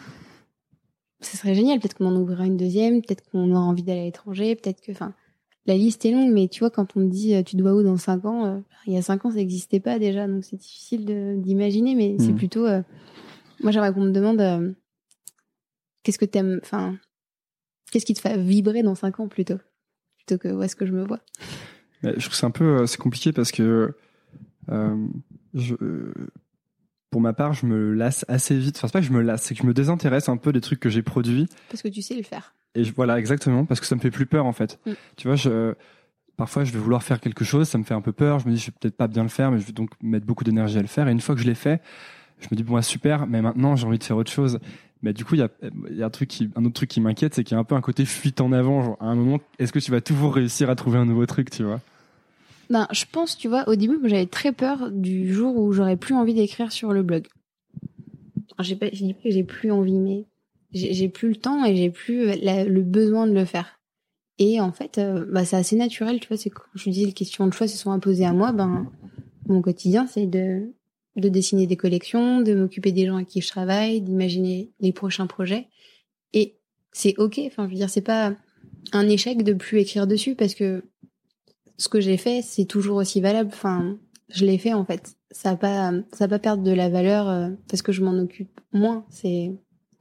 ce serait génial. Peut-être qu'on en ouvrira une deuxième. Peut-être qu'on aura envie d'aller à l'étranger. Peut-être que... Enfin, la liste est longue, mais tu vois, quand on me dit, euh, tu dois où dans cinq ans, euh, il y a cinq ans, ça n'existait pas déjà. Donc, c'est difficile de, d'imaginer, mais mmh. c'est plutôt... Euh, moi, j'aimerais qu'on me demande euh, qu'est-ce que t'aimes, enfin, qu'est-ce qui te fait vibrer dans cinq ans plutôt, plutôt que où est-ce que je me vois. Je trouve que c'est un peu, c'est compliqué parce que, euh, je, pour ma part, je me lasse assez vite. Enfin, c'est pas que je me lasse, c'est que je me désintéresse un peu des trucs que j'ai produits. Parce que tu sais le faire. Et je, voilà, exactement, parce que ça me fait plus peur en fait. Mm. Tu vois, je, parfois, je vais vouloir faire quelque chose, ça me fait un peu peur. Je me dis, je vais peut-être pas bien le faire, mais je vais donc mettre beaucoup d'énergie à le faire. Et une fois que je l'ai fait, je me dis bon, super, mais maintenant j'ai envie de faire autre chose. Mais du coup, il y a, il y a un truc qui, un autre truc qui m'inquiète, c'est qu'il y a un peu un côté fuite en avant. Genre, à un moment, est-ce que tu vas toujours réussir à trouver un nouveau truc, tu vois? Ben, je pense, tu vois, au début, j'avais très peur du jour où j'aurais plus envie d'écrire sur le blog. Alors, j'ai pas, je dis pas que j'ai plus envie, mais j'ai, j'ai plus le temps et j'ai plus la, le besoin de le faire. Et en fait, euh, bah, c'est assez naturel, tu vois. C'est quand je dis les questions de choix se sont imposées à moi, ben, mon quotidien, c'est de de dessiner des collections, de m'occuper des gens à qui je travaille, d'imaginer les prochains projets. Et c'est ok, enfin, je veux dire, c'est pas un échec de plus écrire dessus parce que ce que j'ai fait, c'est toujours aussi valable. Enfin, je l'ai fait, en fait. Ça va pas, ça va pas perdre de la valeur euh, parce que je m'en occupe moins. C'est,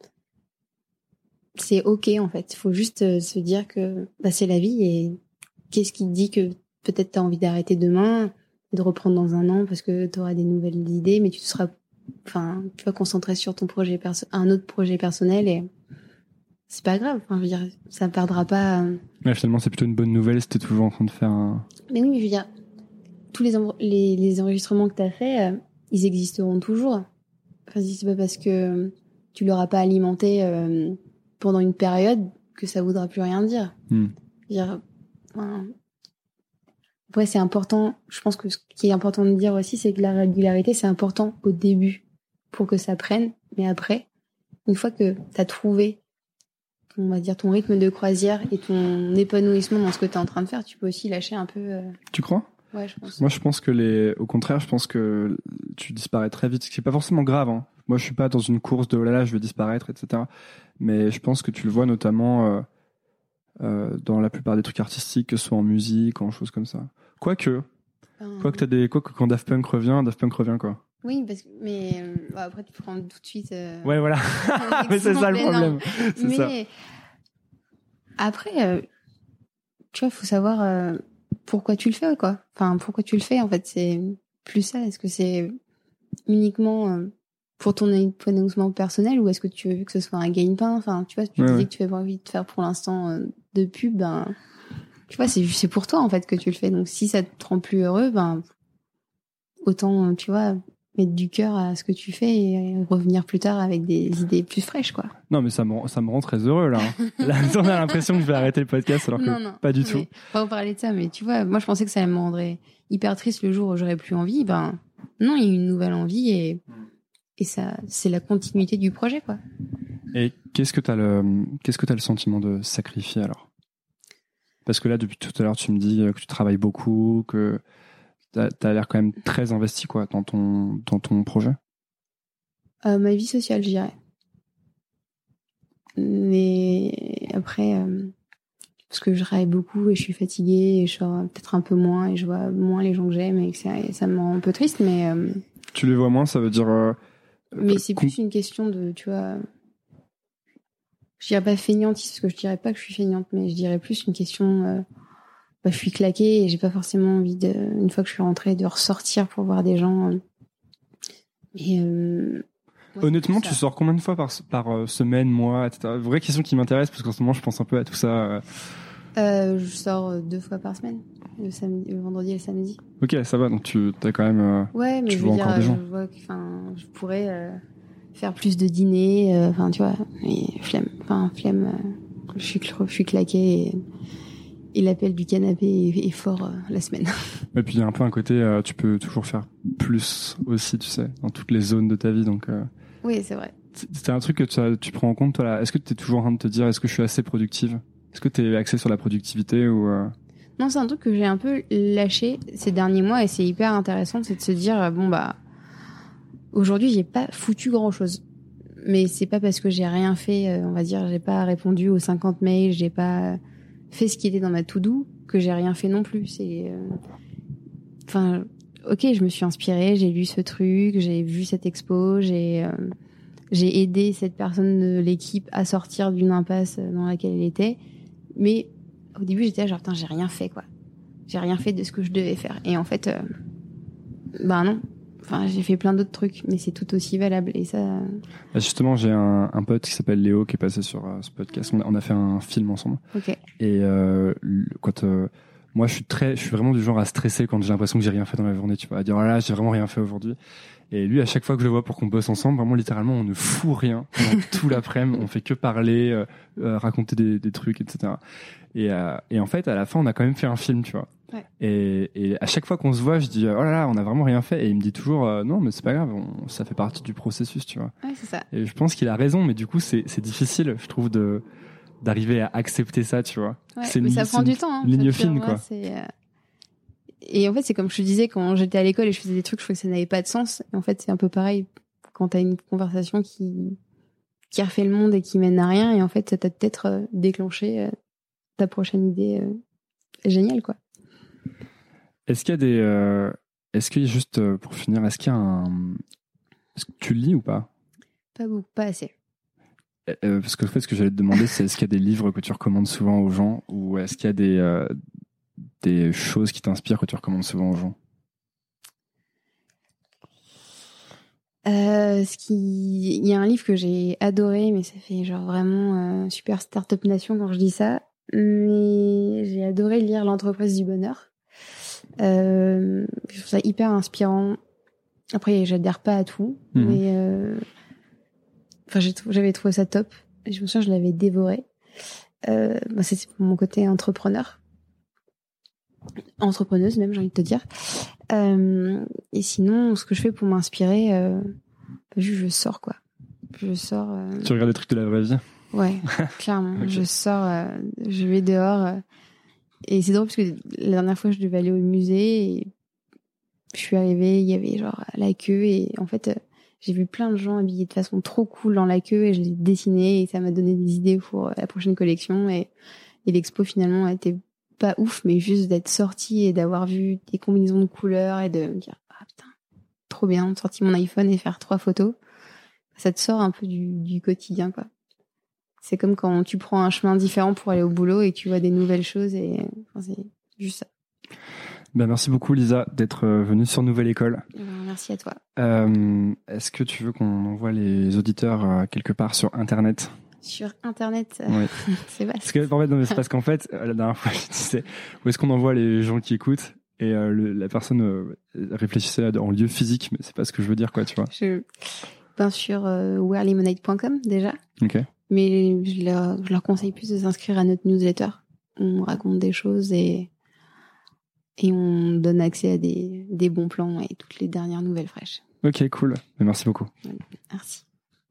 c'est ok, en fait. Il faut juste euh, se dire que, bah, c'est la vie et qu'est-ce qui te dit que peut-être t'as envie d'arrêter demain, de reprendre dans un an parce que tu auras des nouvelles idées, mais tu te seras, enfin, tu vas concentrer sur ton projet perso- un autre projet personnel et c'est pas grave. Enfin, je veux dire, ça perdra pas. Ouais, finalement, c'est plutôt une bonne nouvelle si t'es toujours en train de faire un. Mais oui, je veux dire, tous les en- les, les enregistrements que t'as fait, euh, ils existeront toujours. Enfin, c'est pas parce que tu l'auras pas alimenté euh, pendant une période que ça voudra plus rien dire. Mm. Je veux dire, enfin, après, c'est important. Je pense que ce qui est important de dire aussi, c'est que la régularité, c'est important au début pour que ça prenne. Mais après, une fois que t'as trouvé, on va dire, ton rythme de croisière et ton épanouissement dans ce que t'es en train de faire, tu peux aussi lâcher un peu. Euh... Tu crois? Ouais, je pense. Moi, je pense que les, au contraire, je pense que tu disparais très vite. Ce qui est pas forcément grave, hein. Moi, je suis pas dans une course de oh là là, je vais disparaître, et cetera. Mais je pense que tu le vois notamment euh, euh, dans la plupart des trucs artistiques, que ce soit en musique, en choses comme ça. Quoique, enfin, quoique t'as des, quoi que quand Daft Punk revient, Daft Punk revient quoi. Oui, parce que, mais euh, bon, après tu prends tout de suite. Euh, ouais, voilà. Mais c'est ça le problème. C'est mais ça. Après, euh, tu vois, il faut savoir euh, pourquoi tu le fais, quoi. Enfin, pourquoi tu le fais, en fait, c'est plus ça. Est-ce que c'est uniquement euh, pour ton épanouissement personnel ou est-ce que tu veux que ce soit un gagne-pain? Enfin, tu vois, tu ouais, disais ouais. que tu avais pas envie de faire pour l'instant euh, de pub, ben, tu vois, c'est, c'est pour toi, en fait, que tu le fais. Donc, si ça te rend plus heureux, ben, autant, tu vois, mettre du cœur à ce que tu fais et revenir plus tard avec des idées plus fraîches, quoi. Non, mais ça me, ça me rend très heureux, là. Hein. Là, on a l'impression que je vais arrêter le podcast, alors que non, non, pas du mais, tout. Pas vous parler de ça, mais tu vois, moi, je pensais que ça me rendrait hyper triste le jour où j'aurais plus envie. Ben, non, il y a une nouvelle envie et, et ça, c'est la continuité du projet, quoi. Et qu'est-ce que t'as le, qu'est-ce que t'as le sentiment de sacrifier, alors? Parce que là, depuis tout à l'heure, tu me dis que tu travailles beaucoup, que t'as, t'as l'air quand même très investi, quoi, dans ton, dans ton projet. Euh, ma vie sociale, je dirais. Mais après, euh, parce que je travaille beaucoup et je suis fatiguée et je sors peut-être un peu moins et je vois moins les gens que j'aime et que ça, ça me rend un peu triste, mais... Euh, tu les vois moins, ça veut dire... Euh, mais c'est plus une question de, tu vois... Je dirais pas feignantiste, parce que je dirais pas que je suis feignante, mais je dirais plus une question... Euh, bah, je suis claquée et j'ai pas forcément envie, de, une fois que je suis rentrée, de ressortir pour voir des gens. Euh, et... Euh, Ouais, honnêtement, tu sors combien de fois par, par euh, semaine, mois, et cetera. Vraie question qui m'intéresse parce qu'en ce moment, je pense un peu à tout ça. Euh... Euh, je sors deux fois par semaine, le, samedi, le vendredi et le samedi. Ok, ça va. Donc tu as quand même. Euh, ouais, mais tu je vois veux encore dire, des gens. je vois que, enfin, je pourrais euh, faire plus de dîners. Enfin, euh, tu vois, mais flemme. Enfin, flemme. Euh, je suis, je suis claquée et, et l'appel du canapé est, est fort euh, la semaine. Et puis il y a un peu un côté, euh, tu peux toujours faire plus aussi, tu sais, dans toutes les zones de ta vie. Donc. Euh... Oui, c'est vrai. C'est un truc que tu, as, tu prends en compte, toi, là. Est-ce que tu es toujours en train de te dire, est-ce que je suis assez productive? Est-ce que tu es axé sur la productivité ou euh... Non, c'est un truc que j'ai un peu lâché ces derniers mois et c'est hyper intéressant, c'est de se dire, bon, bah, aujourd'hui, j'ai pas foutu grand-chose. Mais c'est pas parce que j'ai rien fait, on va dire, j'ai pas répondu aux cinquante mails, j'ai pas fait ce qui était dans ma to-do, que j'ai rien fait non plus. C'est... Euh... Enfin... Ok, je me suis inspirée, j'ai lu ce truc, j'ai vu cette expo, j'ai euh, j'ai aidé cette personne de l'équipe à sortir d'une impasse dans laquelle elle était. Mais au début, j'étais là genre, putain, j'ai rien fait, quoi. J'ai rien fait de ce que je devais faire. Et en fait, euh, bah non. Enfin, j'ai fait plein d'autres trucs, mais c'est tout aussi valable. Et ça... Bah justement, j'ai un, un pote qui s'appelle Léo qui est passé sur euh, ce podcast. On a, on a fait un film ensemble. Ok. Et euh, quand... Euh, moi, je suis très, je suis vraiment du genre à stresser quand j'ai l'impression que j'ai rien fait dans la journée, tu vois, à dire, oh là, j'ai vraiment rien fait aujourd'hui. Et lui, à chaque fois que je le vois pour qu'on bosse ensemble, vraiment, littéralement, on ne fout rien pendant tout l'après-midi, on fait que parler, euh, euh, raconter des, des trucs, et cetera. Et, euh, et en fait, à la fin, on a quand même fait un film, tu vois. Ouais. Et, et à chaque fois qu'on se voit, je dis, oh là là, on a vraiment rien fait. Et il me dit toujours, euh, non, mais c'est pas grave, on, ça fait partie du processus, tu vois. Ouais, c'est ça. Et je pense qu'il a raison, mais du coup, c'est, c'est difficile, je trouve, de, d'arriver à accepter ça, tu vois. Ouais, c'est mais une, ça prend du temps. Hein, ligne dire, fine, moi, quoi. C'est, euh... Et en fait, c'est comme je te disais, quand j'étais à l'école et je faisais des trucs, je trouvais que ça n'avait pas de sens. Et en fait, c'est un peu pareil quand t'as une conversation qui, qui refait le monde et qui mène à rien. Et en fait, ça t'a peut-être euh, déclenché euh, ta prochaine idée euh, géniale, quoi. Est-ce qu'il y a des... Euh, est-ce qu'il y a juste, euh, pour finir, est-ce qu'il y a un... Est-ce que tu lis ou pas? Pas beaucoup, pas assez. Euh, parce que en fait, ce que j'allais te demander, c'est est-ce qu'il y a des livres que tu recommandes souvent aux gens ou est-ce qu'il y a des... Euh, des choses qui t'inspirent que tu recommandes souvent aux gens? Euh, ce qui, il y a un livre que j'ai adoré, mais ça fait genre vraiment euh, super Startup Nation quand je dis ça. Mais j'ai adoré lire L'entreprise du bonheur. Euh, je trouve ça hyper inspirant. Après, j'adhère pas à tout, mmh. mais euh, enfin, j'ai, j'avais trouvé ça top. Et je me souviens, je l'avais dévoré. Euh, bah, c'est pour mon côté entrepreneur. Entrepreneuse même, j'ai envie de te dire. Euh, et sinon, ce que je fais pour m'inspirer, euh, juste je sors quoi. Je sors. Euh... Tu regardes des trucs de la vraie vie? Ouais, clairement. Okay. Je sors, euh, je vais dehors. Euh, et c'est drôle parce que la dernière fois, je devais aller au musée et je suis arrivée, il y avait genre la queue et en fait, euh, j'ai vu plein de gens habillés de façon trop cool dans la queue et je les ai dessinés et ça m'a donné des idées pour la prochaine collection et, et l'expo finalement a été pas ouf, mais juste d'être sortie et d'avoir vu des combinaisons de couleurs et de me dire ah putain trop bien, de sortir mon iPhone et faire trois photos, ça te sort un peu du, du quotidien quoi. C'est comme quand tu prends un chemin différent pour aller au boulot et que tu vois des nouvelles choses et enfin, c'est juste ça. Ben, merci beaucoup Lisa d'être venue sur Nouvelle École. Merci à toi. Euh, est-ce que tu veux qu'on envoie les auditeurs euh, quelque part sur Internet ? Sur Internet, euh, oui. C'est vaste. Parce que, en fait, non, mais c'est parce qu'en fait, la dernière fois, je disais, où est-ce qu'on envoie les gens qui écoutent ? Et euh, le, la personne euh, réfléchissait en lieu physique, mais c'est pas ce que je veux dire, quoi, tu vois. Je peins sur euh, wear lemonade point com déjà. Ok. Mais je leur, je leur conseille plus de s'inscrire à notre newsletter. On raconte des choses et, et on donne accès à des, des bons plans et toutes les dernières nouvelles fraîches. Ok, cool. Mais merci beaucoup. Merci.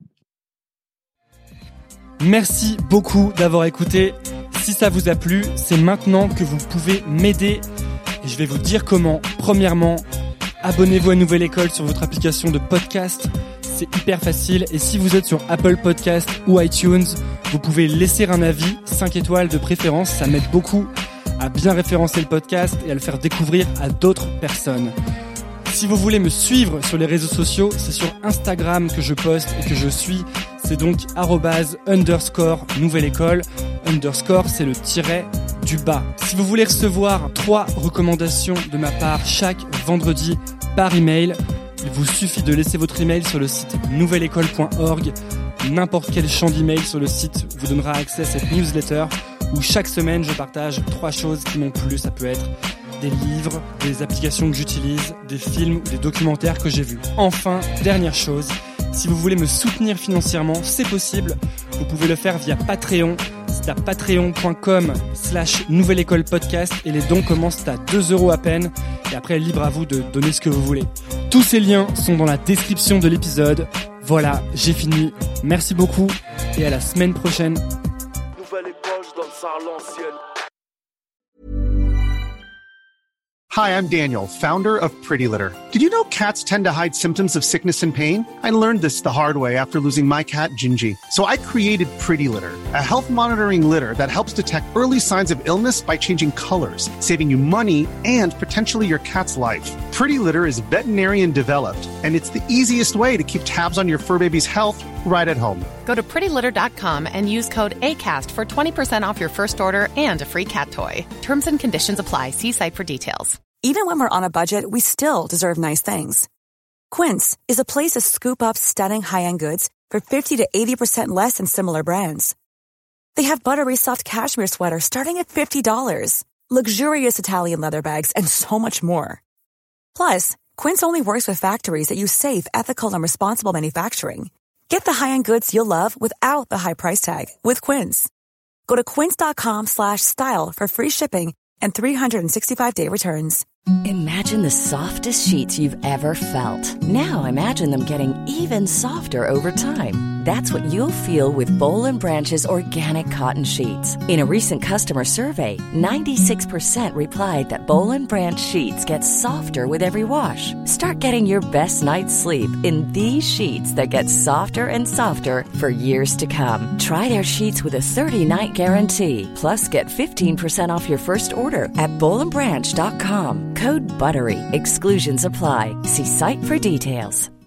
Merci beaucoup d'avoir écouté. Si ça vous a plu, c'est maintenant que vous pouvez m'aider. Et je vais vous dire comment. Premièrement, abonnez-vous à Nouvelle École sur votre application de podcast. C'est hyper facile. Et si vous êtes sur Apple Podcast ou iTunes, vous pouvez laisser un avis, cinq étoiles de préférence. Ça m'aide beaucoup à bien référencer le podcast et à le faire découvrir à d'autres personnes. Si vous voulez me suivre sur les réseaux sociaux, c'est sur Instagram que je poste et que je suis. C'est donc arrobase underscore nouvelle école. Underscore, c'est le tiret du bas. Si vous voulez recevoir trois recommandations de ma part chaque vendredi par email, il vous suffit de laisser votre email sur le site nouvelle école point org. N'importe quel champ d'email sur le site vous donnera accès à cette newsletter où chaque semaine je partage trois choses qui m'ont plu. Ça peut être des livres, des applications que j'utilise, des films ou des documentaires que j'ai vus. Enfin, dernière chose, si vous voulez me soutenir financièrement, c'est possible. Vous pouvez le faire via Patreon. C'est à patreon.com slash nouvelle école podcast et les dons commencent à deux euros à peine. Et après, libre à vous de donner ce que vous voulez. Tous ces liens sont dans la description de l'épisode. Voilà, j'ai fini. Merci beaucoup et à la semaine prochaine. Nouvelle école, je donne ça à l'ancienne. Hi, I'm Daniel, founder of Pretty Litter. Did you know cats tend to hide symptoms of sickness and pain? I learned this the hard way after losing my cat, Gingy. So I created Pretty Litter, a health monitoring litter that helps detect early signs of illness by changing colors, saving you money and potentially your cat's life. Pretty Litter is veterinarian developed, and it's the easiest way to keep tabs on your fur baby's health right at home. Go to pretty litter dot com and use code ACAST for twenty percent off your first order and a free cat toy. Terms and conditions apply. See site for details. Even when we're on a budget, we still deserve nice things. Quince is a place to scoop up stunning high-end goods for fifty to eighty percent less than similar brands. They have buttery soft cashmere sweaters starting at fifty dollars, luxurious Italian leather bags, and so much more. Plus, Quince only works with factories that use safe, ethical, and responsible manufacturing. Get the high-end goods you'll love without the high price tag with Quince. Go to quince.com slash style for free shipping and three sixty-five day returns. Imagine the softest sheets you've ever felt. Now imagine them getting even softer over time. That's what you'll feel with Boll and Branch's organic cotton sheets. In a recent customer survey, ninety-six percent replied that Boll and Branch sheets get softer with every wash. Start getting your best night's sleep in these sheets that get softer and softer for years to come. Try their sheets with a thirty-night guarantee. Plus, get fifteen percent off your first order at boll and branch dot com. Code BUTTERY. Exclusions apply. See site for details.